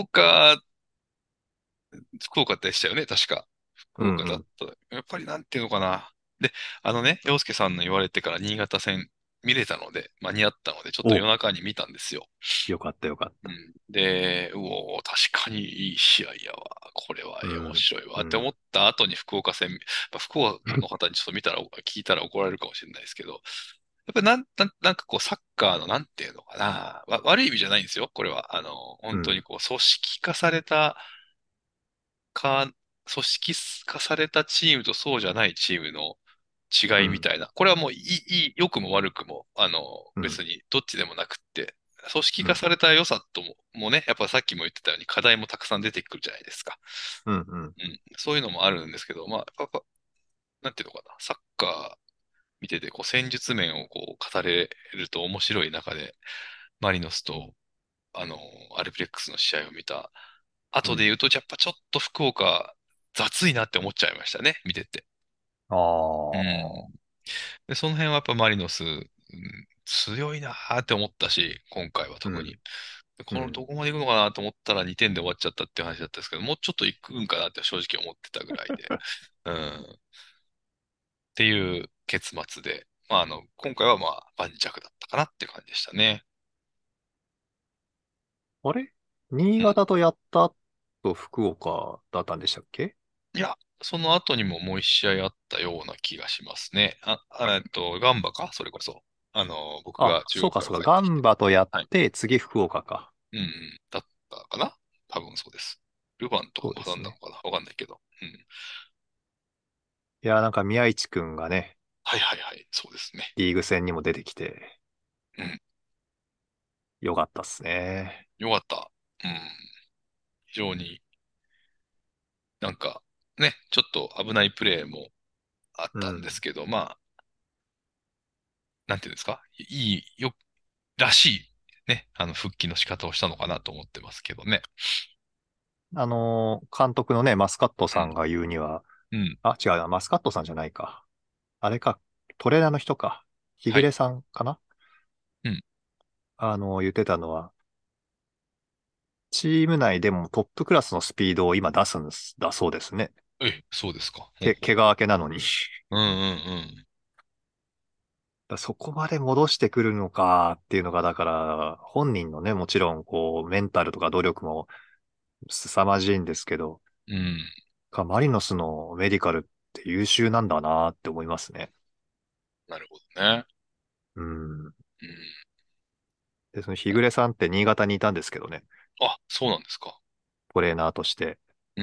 福岡でしたよね、確か。福岡だっうんうん。 た。やっぱりなんていうのかな。で、洋介さんの言われてから新潟戦見れたので、間に合ったので、ちょっとお、 夜中に見たんですよ。 よかったよかった。 うん。で、確かにいい試合やわ。これはうん。 面白いわって思うん。 った後に福岡戦、福岡の方にちょっと聞いたら怒られるかもしれないですけど、やっぱりなんかこう、サッカーのなんていうのかな、悪い意味じゃないんですよ、これは。本当にうん。 こう、組織化されたか、組織化されたチームとそうじゃないチームのうん。 違いみたいな。これはもう良くも悪くも、 うん。 別にどっちでもなくって、組織うん。 化された良さもね、やっぱさっきも言ってたように課題もたくさん出てくるじゃないですか。 うん。うん。 うん。そういうのもあるんですけど、まあ、やっぱなんていうのかな、サッカー見てて、こう、戦術面をこう、語れると面白い中で、マリノスと、あの、アルビレックスの試合を見たうん。 後で言うと、やっぱちょっと福岡、雑いなって思っちゃいましたね、見てて。 あうん。 あ。 で、その辺はやっぱマリノス、強いなーって思ったし、今回は特に。 うん。 でうん。 どこまで行くのかなと思ったら2点で終わっちゃったっていう話だったんですけど、もうちょっと行くんかなって正直思ってたぐらいで。うん。っていう結末で、まあ、今回はまあ、盤石だったかなっていう感じでしたね。 あれ新うん。 潟とやった後、福岡だったんでしたっけ？ いや、その後にももう一試合あったような気がしますね。ガンバかそれこそ。僕あ、 が中国からそうかそうか。ガ帰ってきて。 ンバとやっはい。 て、次福岡か。 うんうん。だったかな多分そうです。ルヴァンとかもそうですね。 挟んだのかなわかんないけど。うん。 いや、なんか宮市くんがね、 はいはいはい。そうですね。 リーグ戦にも出てきて、 うん。 よかったっすね。 よかった。うん。非常になんか、ね、ちょっと危ないプレーもあったんですうん。 けど、まあ、なんていうんですからしい、ね、復帰の仕方をしたのかなと思ってますけどね。 監督のね、マスカットうん。 さんが言うには、 うん。 あ、違うな、マスカットさんじゃないか。あれか、トレーナーの人か。日はい。 暮さんかな。 うん。 言ってたのは、チーム内でもトップクラスのスピードを今出すんです、だそうですね。 そうですか。ほうほうほ怪我明けなのに。 う。うんうんそこまで戻してくるのかっていうのが、だから、本人のね、もちろん、こう、メンタルとか努力も凄まじいんですけど、 うん。うん。 マリノスのメディカルって優秀なんだなって思いますね。 なるほどね。 うん。 うん。 で、その日暮さんって新潟にいたんですけどね、 あ、そうなんですか。 トレーナーとして。 うん。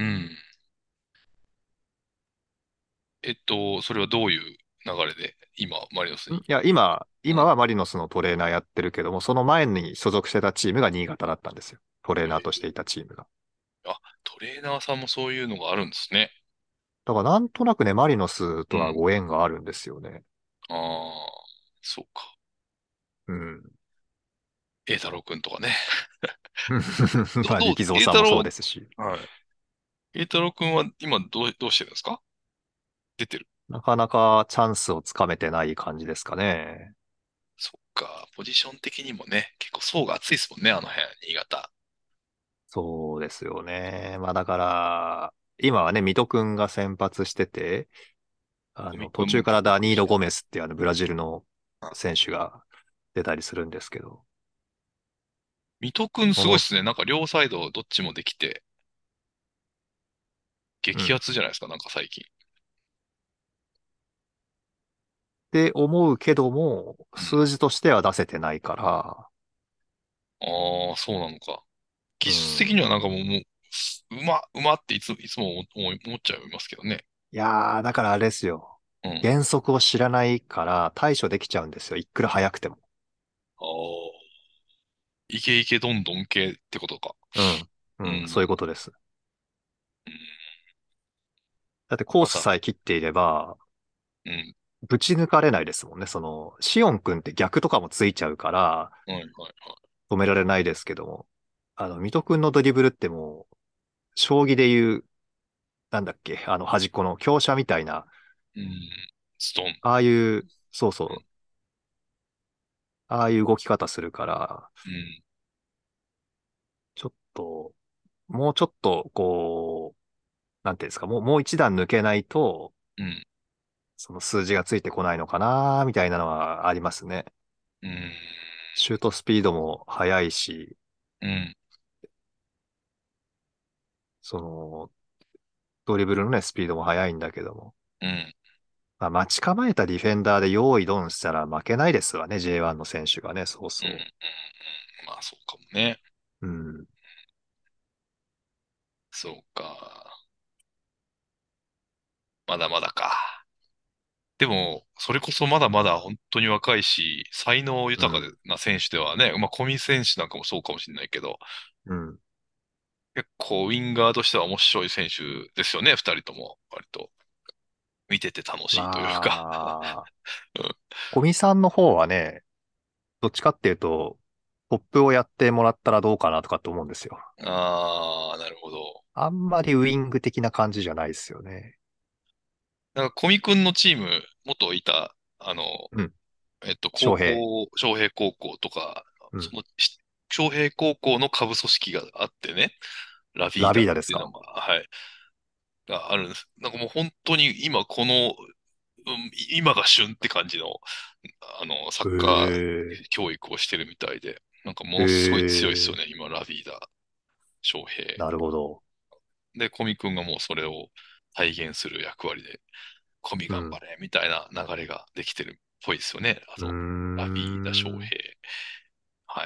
それはどういう流れで今、マリノスに。 いや、今うん。 はマリノスのトレーナーやってるけども、その前に所属してたチームが新潟だったんですよ。トレーナーとしていたチームが。 あ、トレーナーさんもそういうのがあるんですね。 だからなんとなくね、マリノスとはうん。 ご縁があるんですよね。 ああ、そうか。 うん。 栄太郎くんとかね。 まあ、 どう、 力蔵さんもそう栄太郎、 ですし。 はい。栄太郎くんは今どうしてるんですか？出てる。 なかなかチャンスをつかめてない感じですかね。 そっか。ポジション的にもね、結構層が厚いですもんね、あの辺、新潟。 そうですよね。まあだから、今はね、水戸くんが先発してて、途尾身くんも中からダニーロ・結構いい試合。 ゴメスっていうブラジルのうん選手が出たりするんですけど、 水戸くんすものす、 ごいっすね。なんか両サイドどっちもできて、激うん。 アツじゃないですか、なんか最近。 て思うけども、 うん。 数字としては出せてないから、 ああ、そうなのか。技う術的にん。 はなんかもう、うまっていつも思っちゃいますけどね。 いやー、だからあれですよ。 うん。 原則を知らないから対処できちゃうんですよ。いくら早くても。 ああ、イケイケどんどん系ってことか。 うん。うん、そういううん。 ことです。 うん。 だってコーまた、 スさえ切っていれば、 うん。 ぶち抜かれないですもんね。シオン君って逆とかもついちゃうから、 はいはいはい。 止められないですけども。水戸君のドリブルってもう、将棋でいう、なんだっけ、端っこの強者みたいな、 うん。ストーン。 ああいう、そうそうん。 う、ああいう動き方するから、 うん。 ちょっと、もうちょっと、なんていうんですか、もう一段抜けないと、 うん。 その数字がついてこないのかな、みたいなのはありますね。 うん。 シュートスピードも速いし、 うん。 その、ドリブルのね、スピードも速いんだけども。 うん。 まあ、待ち構えたディフェンダーで用意ドンしたら負けないですわね、J1 の選手がね、そううん。うん。 そまあ、そうかもね。 う。うん。 そうか。まだまだか。でも、それこそまだまだ本当に若いし、才能豊かうん。 な選手ではね、まあ、小見選手なんかもそうかもしれないけど、 うん。 結構ウィンガーとしては面白い選手ですよね、二人とも。割と見てて楽しいというか。 まあ、 うん。 小見さんの方はね、どっちかっていうと、トップをやってもらったらどうかなとかって思うんですよ。 ああ、なるほど。 あんまりウイング的な感じじゃないですよね。 なんか、小見くんのチーム、元いた、 うん。 高翔平。 校、昌平高校とか、 うん。 昌平高校の下部組織があってね、ラビーラビダっーダですか？ ていうのが、はい、があるんです。なんかもう本当に今この、今が旬って感じの、サッカへー教育をしてるみたいで、なんかもえ。 のすごい強いですへえ。 よね、今、ラビーダ、翔平。 なるほど。 で、コミ君がもうそれを体現する役割で、コミうん。 頑張れ、みたいな流れができてるっぽいですよね。 うーラビーダ、翔ん。 平。はい。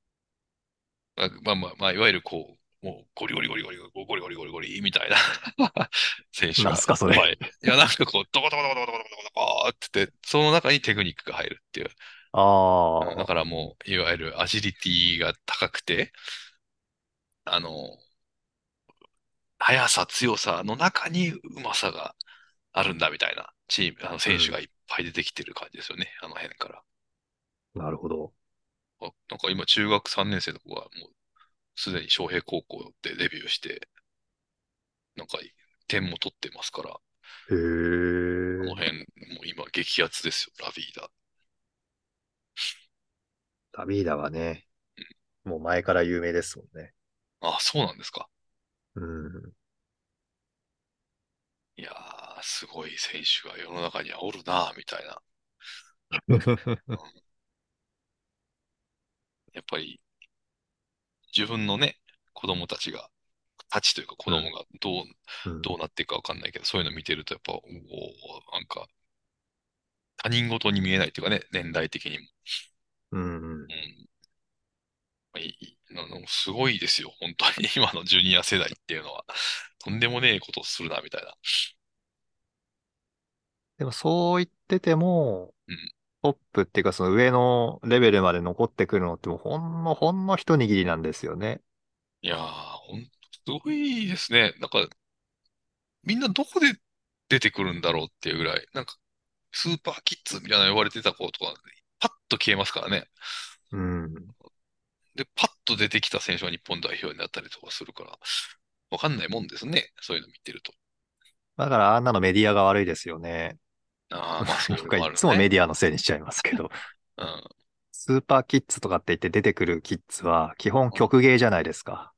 まあ、いわゆるこう、もうゴリゴリゴリゴリゴリゴリゴリゴリゴリみたいな選手がなんすか、それ。 いっぱい。いや、なんかこう、ドコドコドコドコドコドコドコって言って、その中にテクニックが入るっていう。だかああ。 らもう、いわゆるアジリティが高くて、あの、速さ、強さの中にうまさがあるんだみたいなチーム、選手がうん。 いっぱい出てきてる感じですよね。あの辺から。 なるほど。 なんか今中学3年生の子がもうすでに昌平高校でデビューして、なんか点も取ってますから、 へえ。 あの辺もう今激アツですよ、ラビーダ。 ラビーダはね、もう前から有名ですもんね。 あ、そうなんですか。 うん。 いやー、すごい選手が世の中にはおるなぁ、みたいな。うん。やっぱり自分のね、子供たちが、たちというか子うん。 供がうん。 どうなっていくかわかんないけど、そういうの見てるとやっぱ、なんか他人事に見えないっていうかね、年代的にも。 うん。 うん。すごいですよ、本当に。今のジュニア世代っていうのは。とんでもねえことをするな、みたいな。 でもそう言ってても、 うん。 トップっていうかその上のレベルまで残ってくるのってもうほんの一握りなんですよね。 いやー、すごいですね。なんか、みんなどこで出てくるんだろうっていうぐらい、なんか、スーパーキッズみたいな呼ばれてた子とか、パッと消えますからね。 うん。 で、パッと出てきた選手が日本代表になったりとかするから、わかんないもんですね。そういうの見てると。 だからあんなのメディアが悪いですよね。 ああ、まあそなんれかいつももあるね。 メディアのせいにしちゃいますけど。 うん。 スーパーキッズとかって言って出てくるキッズは基本うん。 曲芸じゃないですか。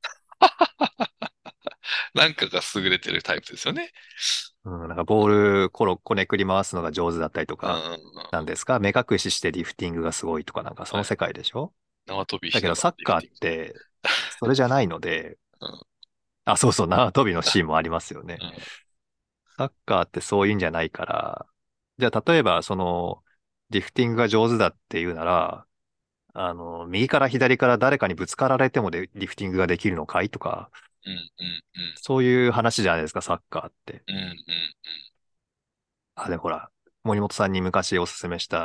なんかが優れてるタイプですよね。 うん、なんかボールこねくり回すのが上手だったりとうん。うん。 か、 うん。 なんですか目隠ししてリフティングがすごいとかなんかそはい。 の世界でしょ？ 縄跳びだけどしながらサッカーっリフティング。 てそれじゃないので、 うん。 あ、そうそう、縄跳びのシーンもありますよね。 うん。 サッカーってそういうんじゃないから、 じゃあ、例えば、リフティングが上手だっていうなら、右から左から誰かにぶつかられてもリフティングができるのかいとか、 うん、うん、うん、 そういう話じゃないですか、サッカーって。 うん、うん、 あ、でもほら、森本さんに昔おすすめした、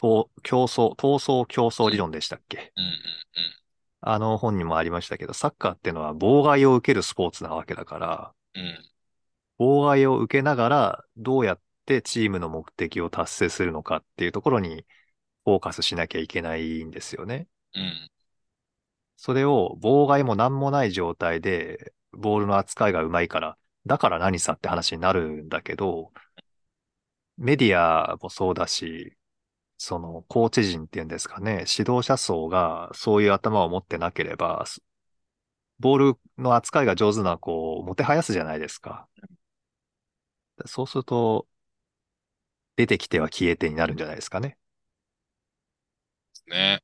競争うん、うん、 理論でしたっけ？ うん、うん、 あの本にもありましたけど、サッカーっていうのは妨害を受けるスポーツなわけだから、 うん、 妨害を受けながらどうやってチームの目的を達成するのかっていうところにフォーカスしなきゃいけないんですよね。 うん、 それを妨害も何もない状態でボールの扱いがうまいから、だから何さって話になるんだけど、メディアもそうだし、そのコーチ陣っていうんですかね、指導者層がそういう頭を持ってなければ、ボールの扱いが上手な子をもてはやすじゃないですか。そうすると、出てきては消えてになるんじゃないですかね。 ね。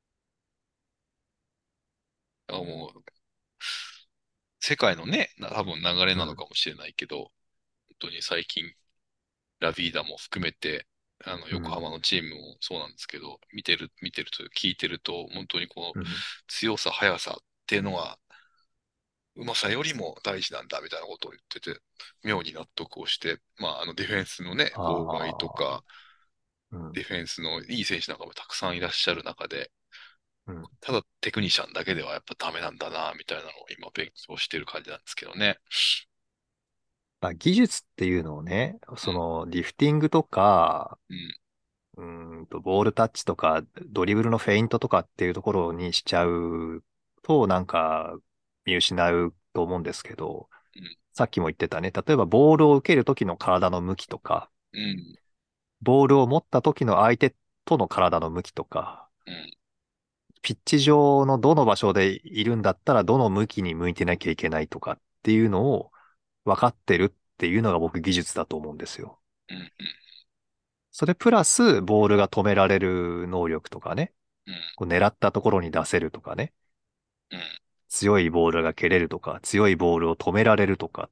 もう、世界のね、多分流れうん。 なのかもしれないけど、本当に最近、ラビーダも含めて、横うん。 浜のチームもそうなんですけど、見てると、聞いてると、本当にこのうん。 強さ、速さっていうのは、うまさよりも大事なんだみたいなことを言ってて、妙に納得をして、まあ、ディフェンスのね、妨害とああ、 か、 うん。 ディフェンスのいい選手なんかもたくさんいらっしゃる中で、 うん。 ただテクニシャンだけではやっぱダメなんだな、みたいなのを今勉強してる感じなんですけどね。 まあ、技術っていうのをね、 うん、 リフティングとか、 うん、 ボールタッチとか、ドリブルのフェイントとかっていうところにしちゃうと、なんか、見失うと思うんですけど、 うん、 さっきも言ってたね、例えばボールを受ける時の体の向きとか、 うん、 ボールを持った時の相手との体の向きとか、 うん、 ピッチ上のどの場所でいるんだったらどの向きに向いてなきゃいけないとかっていうのを分かってるっていうのが僕技術だと思うんですよ。 うん、うん、 それプラスボールが止められる能力とかね、 うん、 こう狙ったところに出せるとかね、 うん、 強いボールが蹴れるとか、強いボールを止められるとか、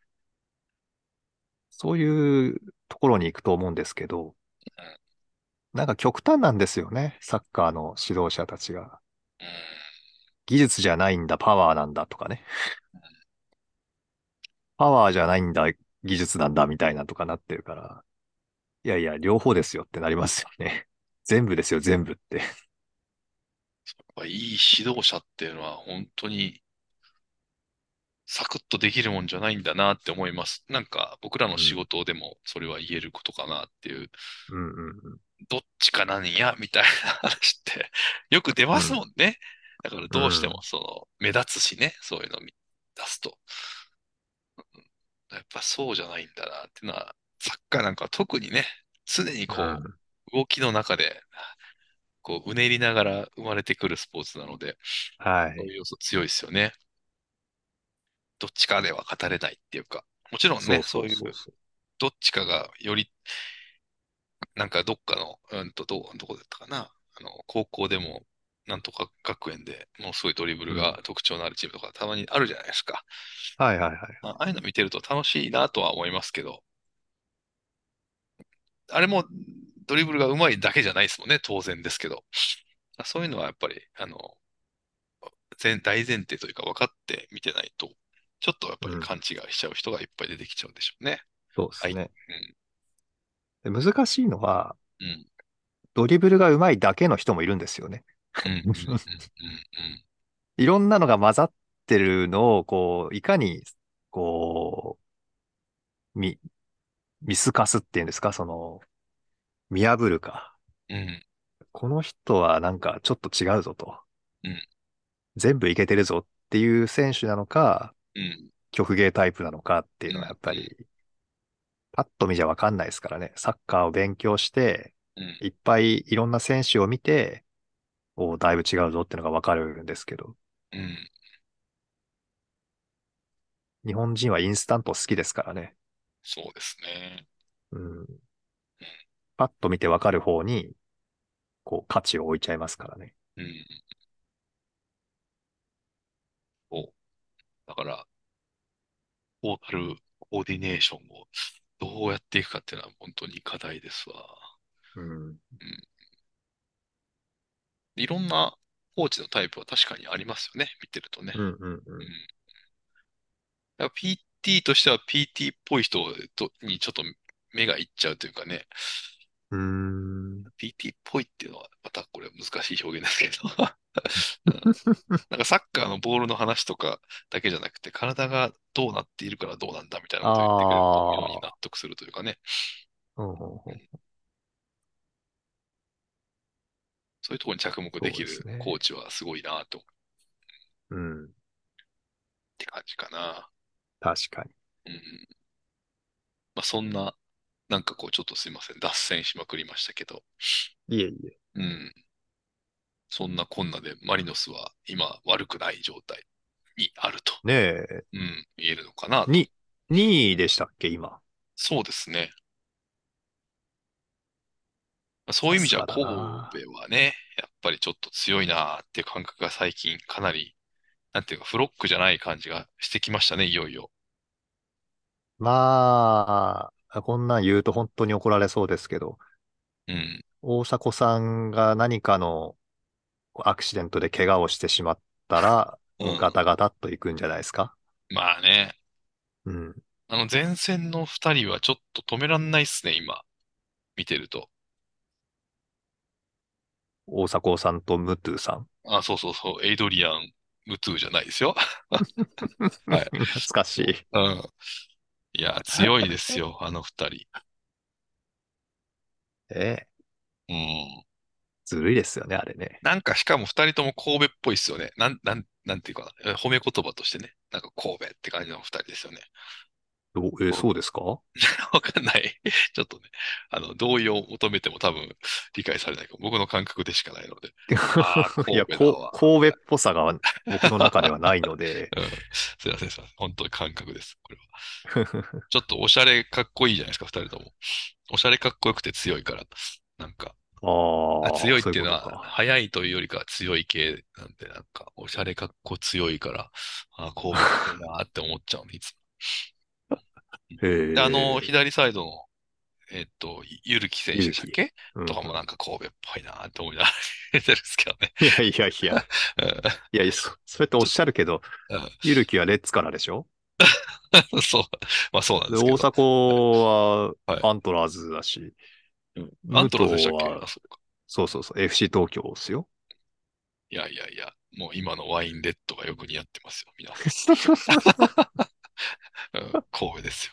そういうところに行くと思うんですけど、なんか極端なんですよね、サッカーの指導者たちが。技術じゃないんだ、パワーなんだとかね。パワーじゃないんだ、技術なんだみたいなとかなってるから、いやいや、両方ですよってなりますよね。全部ですよ、全部って。 いい指導者っていうのは本当にサクッとできるもんじゃないんだなって思います。なんか僕らの仕うん。 事でもそれは言えることかなっていう、 うんうんどっちか何やみたいな話ってよく出ますうん。 もんね。だからうどうしてもん。 目立つしね、そういうのを出すと。やっぱそうじゃないんだなっていうのは、サッカーなんかは特にね、常にうん。 動きの中で、うねりながら生まれてくるスポーツなので、 はい。 そういう要素強いですよね。どっちかでは語れないっていうか、もちろんね、 そうそうそういうそうそどっちかがより、なんかどっかの、どこだったかな。高校でも、なんとか学園でもうすごいドリブルう。うん。 が特徴のあるチームとかたまにあるじゃないですか。 はいはいはいまあ、 はい。 ああいうの見てると楽しいなとは思いますけど、あれもドリブルが上手いだけじゃないですもんね、当然ですけど。そういうのはやっぱり、大前提というか分かって見てないと、ちょっとやっぱりうん。 勘違いしちゃう人がいっぱい出てきちゃうんでしょうね。はい。 そうですね。で難しいのは、 うん。 ドリブルが上手いだけの人もいるんですよね。 うん。うん。うん。うん。うん。 いろんなのが混ざってるのを、こう、いかに、こう、見透かすっていうんですか、見破るか。 うん。 この人はなんかちょっと違うぞと。 うん。 全部いけてるぞっていう選手なのか、 うん。 曲芸タイプなのかっていうのはやうん。 っぱり、パッと見じゃわかんないですからね。サッカーを勉強して、 うん。 いっぱいいろんな選手を見て、だいぶ違うぞっていうのがわかるんですけど、 うん。 日本人はインスタント好きですからね。 そうですね。 うん。パッと見てわかる方に、こう、価値を置いちゃいますからね。 うん。そう。だから、トータルコーディネーションをどうやっていくかっていうのは本当に課題ですわ。 うん。 うん。いろんなコーチのタイプは確かにありますよね。見てるとね。 うんうんうん。 うん。だから PT としては PT っぽい人にちょっと目がいっちゃうというかね。 うーん。 PT っぽいっていうのはまたこれ難しい表現ですけど。うん。なんかサッカーのボールの話とかだけじゃなくて、体がどうなっているからどうなんだみたいなことを言ってくれると妙に納ああ。 得するというかね。 うんうんうん。 そういうところに着目でそうできるコーすね。 チはすごいなとっうん。 て感じかな。 確かに。 うん。まあそんな、なんかこうちょっとすいません。脱線しまくりましたけど。 いえいえ。 うん。そんなこんなでマリノスは今悪くない状態にあると、 ねえ。 うん、言えるのかなと。 に、2位でしたっけ、今。 そうですね。そういう意味じゃさすがだ神な。 戸はね、やっぱりちょっと強いなっていう感覚が最近かなり、なんていうかフロックじゃない感じがしてきましたね、いよいよ。 まあ、こんなん言うと本当に怒られそうですけど、 うん。 大迫さんが何かのアクシデントで怪我をしてしまったら、もうガうん。 タガタっといくんじゃないですか。 まあね。 うん。 前線の二人はちょっと止めらんないっすね、今。見てると。 大迫さんとムトゥさん。 あ、そうそうそう。エイドリアン・ムトゥじゃないですよ。はい。 懐かしそい。 う。うん。いや、強いですよ、あの二人。 ええ、 うん。 ずるいですよね、あれね。 なんかしかも二人とも神戸っぽいっすよね。なんていうかな。褒め言葉としてね。なんか神戸って感じの二人ですよね。 そうですか？ わかんない。ちょっとね、同意を求めても多分理解されないかも。僕の感覚でしかないので。ああ、 いや、 神戸だわ。 神戸っぽさが僕の中ではないので、 うん。すいません、すいません。本当に感覚です。これは。ちょっとおしゃれかっこいいじゃないですか、二人とも。おしゃれかっこよくて強いから。なんか、 ああ、そういう強いっていうのは、 ことか。 速いというよりかは強い系なんで、なんか、おしゃれかっこ強いから、神戸っぽいなーって思っちゃうね、いつも。 へで、 え、 左サイドのゆるき選手勇気。 でしたっけうんうん。 とかもなんか神戸っぽいなーって思いながら見てるんですけどね。 いやいやいや、 うんいや、それっておっちょっしゃるけど、 と、うん勇気はレッツからでしょ？ そう、まあそうなんでで、 すけど。 大迫ははい。 アントラーズだし、 うん。ア武藤ントラーズでしたっけあ、 は、 そうか。 そうそうそう、FC 東京ですよ。 いやいやいや、もう今のワインレッドがよく似合ってますよ、皆さん。うん、神戸ですよ。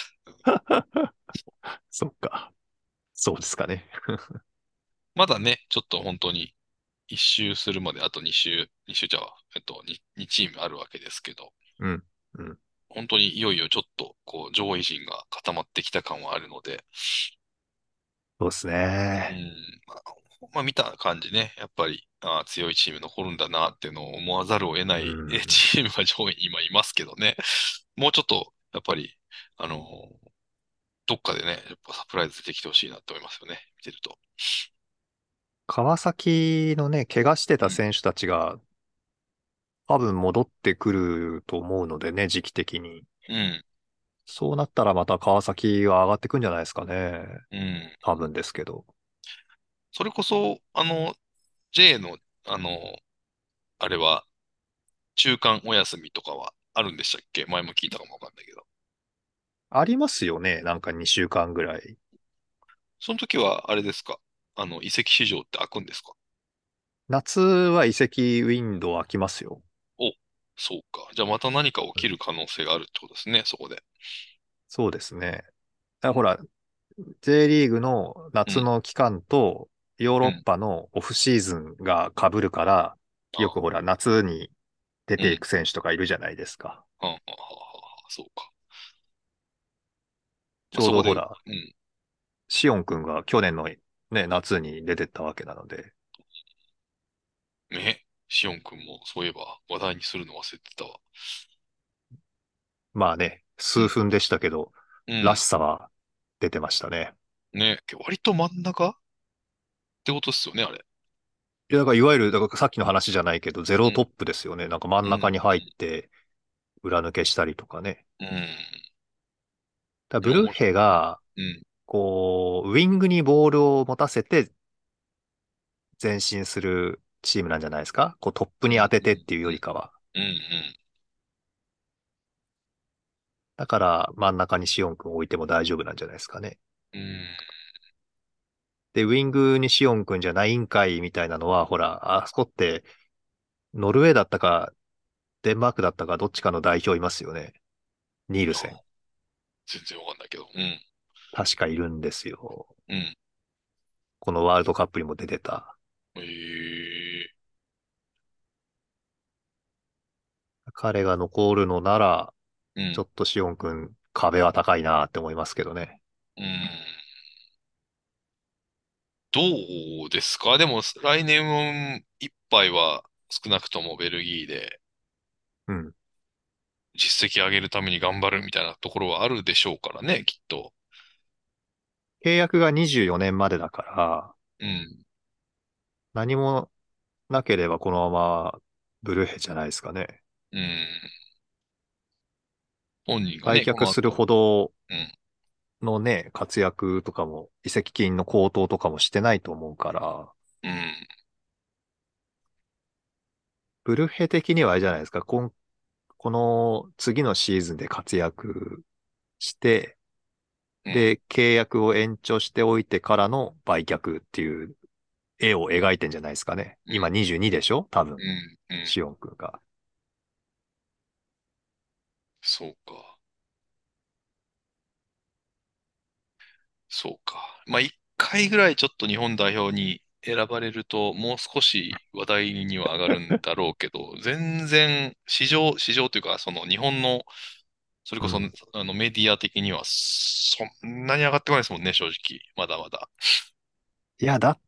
そっか。そうですかね。 まだね、ちょっと本当に一周するまであと二周じゃあ、二チームあるわけですけど、 うん。うん。 本当にいよいよちょっとこう上位陣が固まってきた感はあるので、 そうですうね。 ん、まあ見た感じね、やっぱり強いチーム残るんだなっていうのを思わざるを得なういん。 チームが上位に今いますけどね、もうちょっとやっぱり、あの、どっかでね、やっぱサプライズ出てきてほしいなって思いますよね、見てると。 川崎のね、怪我してうん、 た選手たちが多分戻ってくると思うのでね、時期的に。 うん、 そうなったらまた川崎は上がってくんじゃないですかね。 うん。 多分ですけど。 それこそ、J の、あの、あれは、中間お休みとかはあるんでしたっけ？前も聞いたかもわかんないけど。 ありますよね。なんか2週間ぐらい。 その時は、あれですか？移籍市場って開くんですか？ 夏は移籍ウィンドウ開きますよ。 お、そうか。じゃあまた何か起うん、 きる可能性があるってことですね、そこで。 そうですね。ほら、J リーグのうん、 夏の期間とヨーロッうん、 パのオフシーズンが被るから、よくほあ、 ら、夏に出うん、 ていく選手とかいるじゃないですか。 はあ、はあ、はあ、はあそうか。まあ、 ちょうそこで、 どほら、 うん、 シオン君が去年のね、夏に出てったわけなので、 ね、シオン君もそういえば話題にするの忘れてたわ。 まあね、 うん、 数分でしたけど、らうん、 しさは出てましたね。 ね、割と真ん中ってことですよね、あれ。 いや、だからいわゆる、だからさっきの話じゃないけど、ゼうん、 ロトップですよね。なんか真んうん、 中に入って裏抜けしたりとかね。 うん。 ブルッヘが、 うん。 こう、ウィングにボールを持たせて前進するチームなんじゃないですか？こうトップうん。 に当ててっていううん。 よりかは。 うん。うん。 だから真ん中にシオン君置いても大丈夫なんじゃないですかね。 うん。 で、ウィングにシオン君じゃないんかいみたいなのは、ほら、あそこってノルウェーだったかデンマークだったかどっちかの代表いますよね。ニーいや、 ルセン。 全然わかんないけど。うん。 確かいるんですよ。 うん。 このワールドカップにも出てた。 ええ。 彼が残るのなら、 うん。 ちょっとシオン君壁は高いなって思いますけどね。 うん。どうですか？でも、来年いっぱいは少なくともベルギーでうん。 実績上げるために頑張るみたいなところはあるでしょうからね、きっと。 契約が24年までだから、 うん。 何もなければこのままブルーヘじゃないですかね。 うん。本人が売ね、こ却するの後、 ほどうん。 のね、活躍とかも、移籍金の高騰とかもしてないと思うから、 うん。 ブルッヘ的にはあれじゃないですか。この次のシーズンで活躍して、 うん。 で、契約を延長しておいてからの売却っていう絵を描いてんじゃないですかね。今うん。 22でしょ多分、 うん。うん。 シオン君が。 そうか。そうか。まあ、一回ぐらいちょっと日本代表に選ばれると、もう少し話題には上がるんだろうけど、全然市場というか、その日本の、それこそ、 うん。 メディア的には、そんなに上がってこないですもんね、正直。まだまだ。 いや、だって、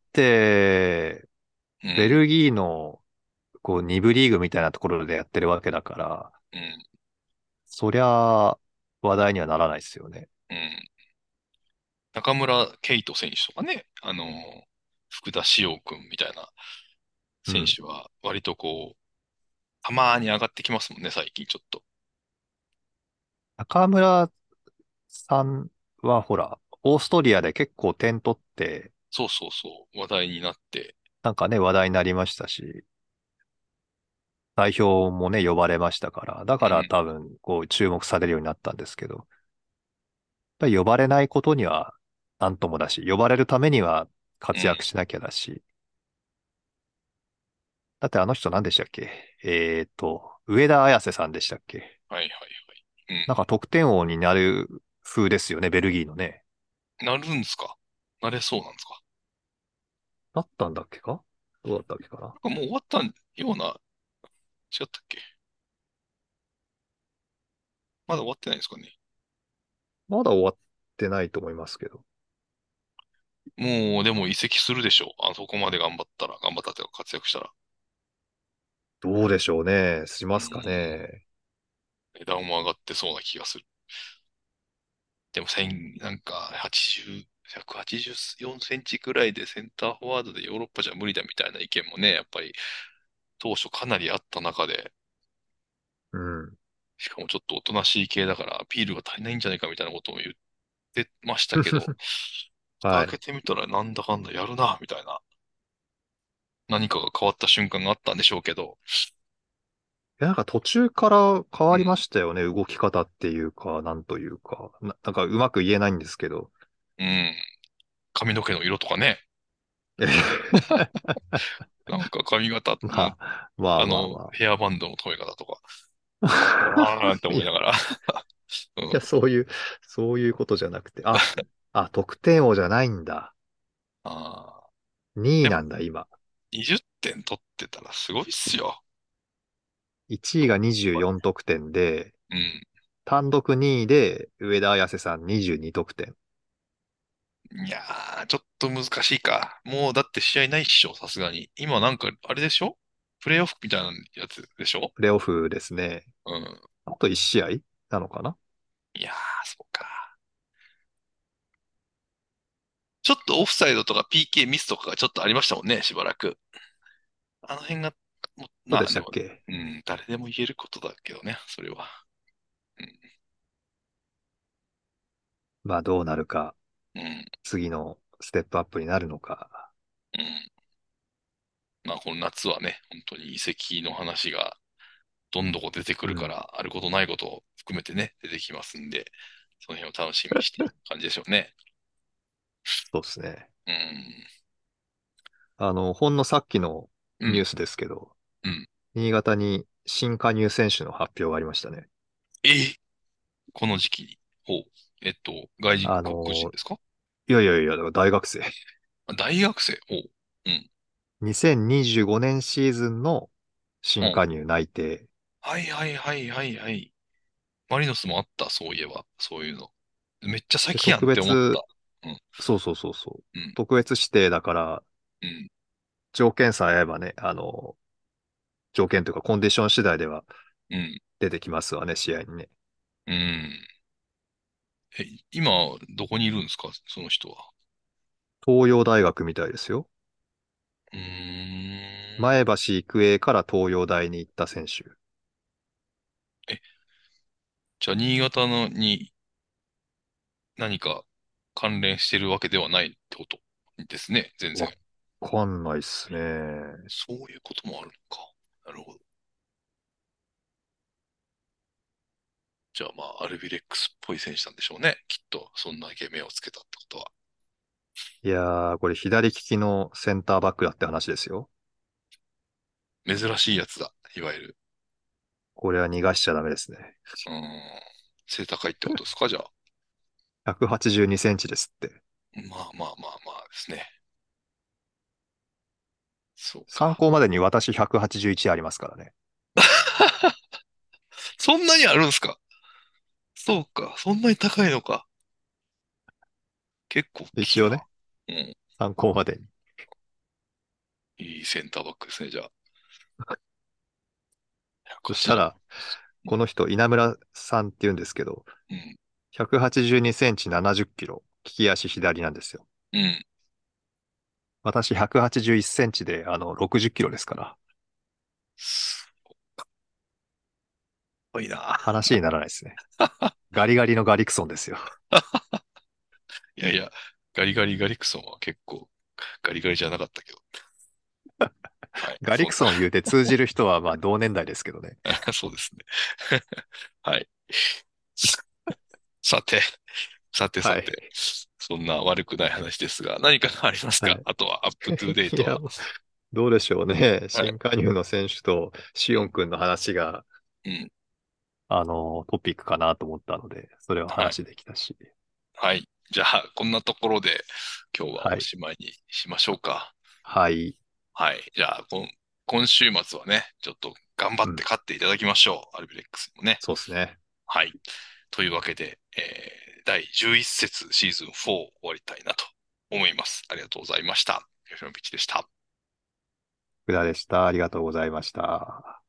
うん、 ベルギーの、こう、2部リーグみたいなところでやってるわけだから、 うん、 そりゃ、話題にはならないですよね。 うん。中村敬斗選手とかね、福田師王君みたいなうん。 選手は、割とこう、たまーに上がってきますもんね、最近ちょっと。 中村さんは、ほら、オーストリアで結構点取って、 そうそうそう、話題になって、 なんかね、話題になりましたし、代表もね、呼ばれましたから、だからうん、 多分、こう、注目されるようになったんですけど、やっぱり呼ばれないことには、なんともだし、呼ばれるためにはうん。 活躍しなきゃだし、だってあの人何でしたっけ？上田綺世さんでしたっけ？ はいはいはい。 なんか得点王になる風ですよね、ベルギーのね。 うん。なるんですか？なれそうなんですか？ なったんだっけか？どうだったっけかな？ なんかもう終わったような、違ったっけ？まだ終わってないんですかね？ まだ終わってないと思いますけど。 もう、でも移籍するでしょう。あそこまで頑張ったというか活躍したら。 どうでしょうね。しうますかん。 ね。 値段も上がってそうな気がする。でも、なんか、80、184センチくらいでセンターフォワードでヨーロッパじゃ無理だみたいな意見もね、やっぱり当初かなりあった中で、 うん。 しかもちょっとおとなしい系だからアピールが足りないんじゃないかみたいなことも言ってましたけど、蓋はい。 開けてみたらなんだかんだやるな、みたいな。何かが変わった瞬間があったんでしょうけど、 なんか途中から変わりまうん、 したよね。動き方っていうか、なんというか。なんかうまく言えないんですけど。 うん、髪の毛の色とかね、なんか髪型、 まあ、まあまあまヘアバンドの留め方とか、あーってあ。いや、 思いながら、うん、 そういうことじゃなくて。得点王じゃないんだ。 あ 2位でも、 なんだ、今。 20点取ってたらすごいっすよ。 1位が24得点で、 うん。 単独2位で上田綺世さん22得点。 いやー、ちょっと難しいか。もうだって試合ないっしょ、さすがに。今なんか、あれでしょ？プレイオフみたいなやつでしょ？ プレーオフですね。 うん。 あと1試合なのかな？ いやー、そうか。ちょっとオフサイドとか PK ミスとかがちょっとありましたもんね、しばらく。あの辺が、 そうでしまあでも、 たっけ？ うん、誰でも言えることだけどね、それは。うん。 まあどうなるか、 うん。 次のステップアップになるのか。 うん。まあ、この夏はね、本当に遺跡の話がどんどこ出てくうん。 るから、あることないことを含めてね、出てきますんで、その辺を楽しみにしている感じでしょうね。 そうですね。 うん。 ほんのさっきのうん。 ニュースですけど、 うん。 新潟に新加入選手の発表がありましたね。 この時期に。ほう。外あ国人の、 ですか？ いやいやいや、だから大学生。 あ、大学生。ほう。うん。 2025年シーズンのうん。 新加入内定。 はいはいはいはいはい。マリノスもあった、そういえば。そういうの。めっちゃで、 先やん特って思った。 別、 うん。 そうそうそうそう。 うん。 特別指定だから、 うん。 条件さえ合えばね、条件というかコンディション次第ではうん。 出てきますわね、試合にね。 うん。今、どこにいるんですかその人は？ 東洋大学みたいですよ。 うーん。 前橋育英から東洋大に行った選手。 え、じゃあ、新潟のに何か関連してるわけではないってことですね、全然。 わかんないっすね。 そういうこともあるのか。なるほど。じゃあまあ、アルビレックスっぽい選手なんでしょうね。きっと、そんだけ目をつけたってことは。 いやー、これ左利きのセンターバックだって話ですよ。 珍しいやつだ。いわゆる。 これは逃がしちゃダメですね。 うーん。背高いってことですかじゃあ？ 182センチですって。 まあまあまあまあですね。そうか。 参考までに私181ありますからね。 そんなにあるんですか？そうか。そんなに高いのか。結構大きいな。 一応ね、 うん。 参考までに。 いいセンターバックですね、じゃあ。180。 そしたら、この人、稲村さんって言うんですけど、 うん。 182センチ70キロ、利き足左なんですよ。 うん。 私181センチで、60キロですから、 すごいな。 話にならないですね。ガリガリのガリクソンですよ。 いやいや、ガリガリガリクソンは結構ガリガリじゃなかったけど。はい。 ガリクソン言うて通じる人は、まあ、同年代ですけどね。 そうですね。はい。さて、さてさて、 はい。 そんな悪くない話ですが、何かありますはい。 か？あとはアップトゥーデーいや、 トは？ どうでしょうね。 はい。 新加入の選手とシうん。 オン君の話が、 うん。 トピックかなと思ったので、それははい。 話できたし。 はい。じゃあ、こんなところで今日はおはい。 しまいにしましょうか。 はい。 はい。じゃあ、今週末はね、ちょっと頑張うん。 って勝っていただきましょう。アルビレックスにもね。 そうですね。 はい。というわけで、第11節シーズン4終わりたいなと思います。ありがとうございました。吉野ピッチでした。 福田でした。ありがとうございました。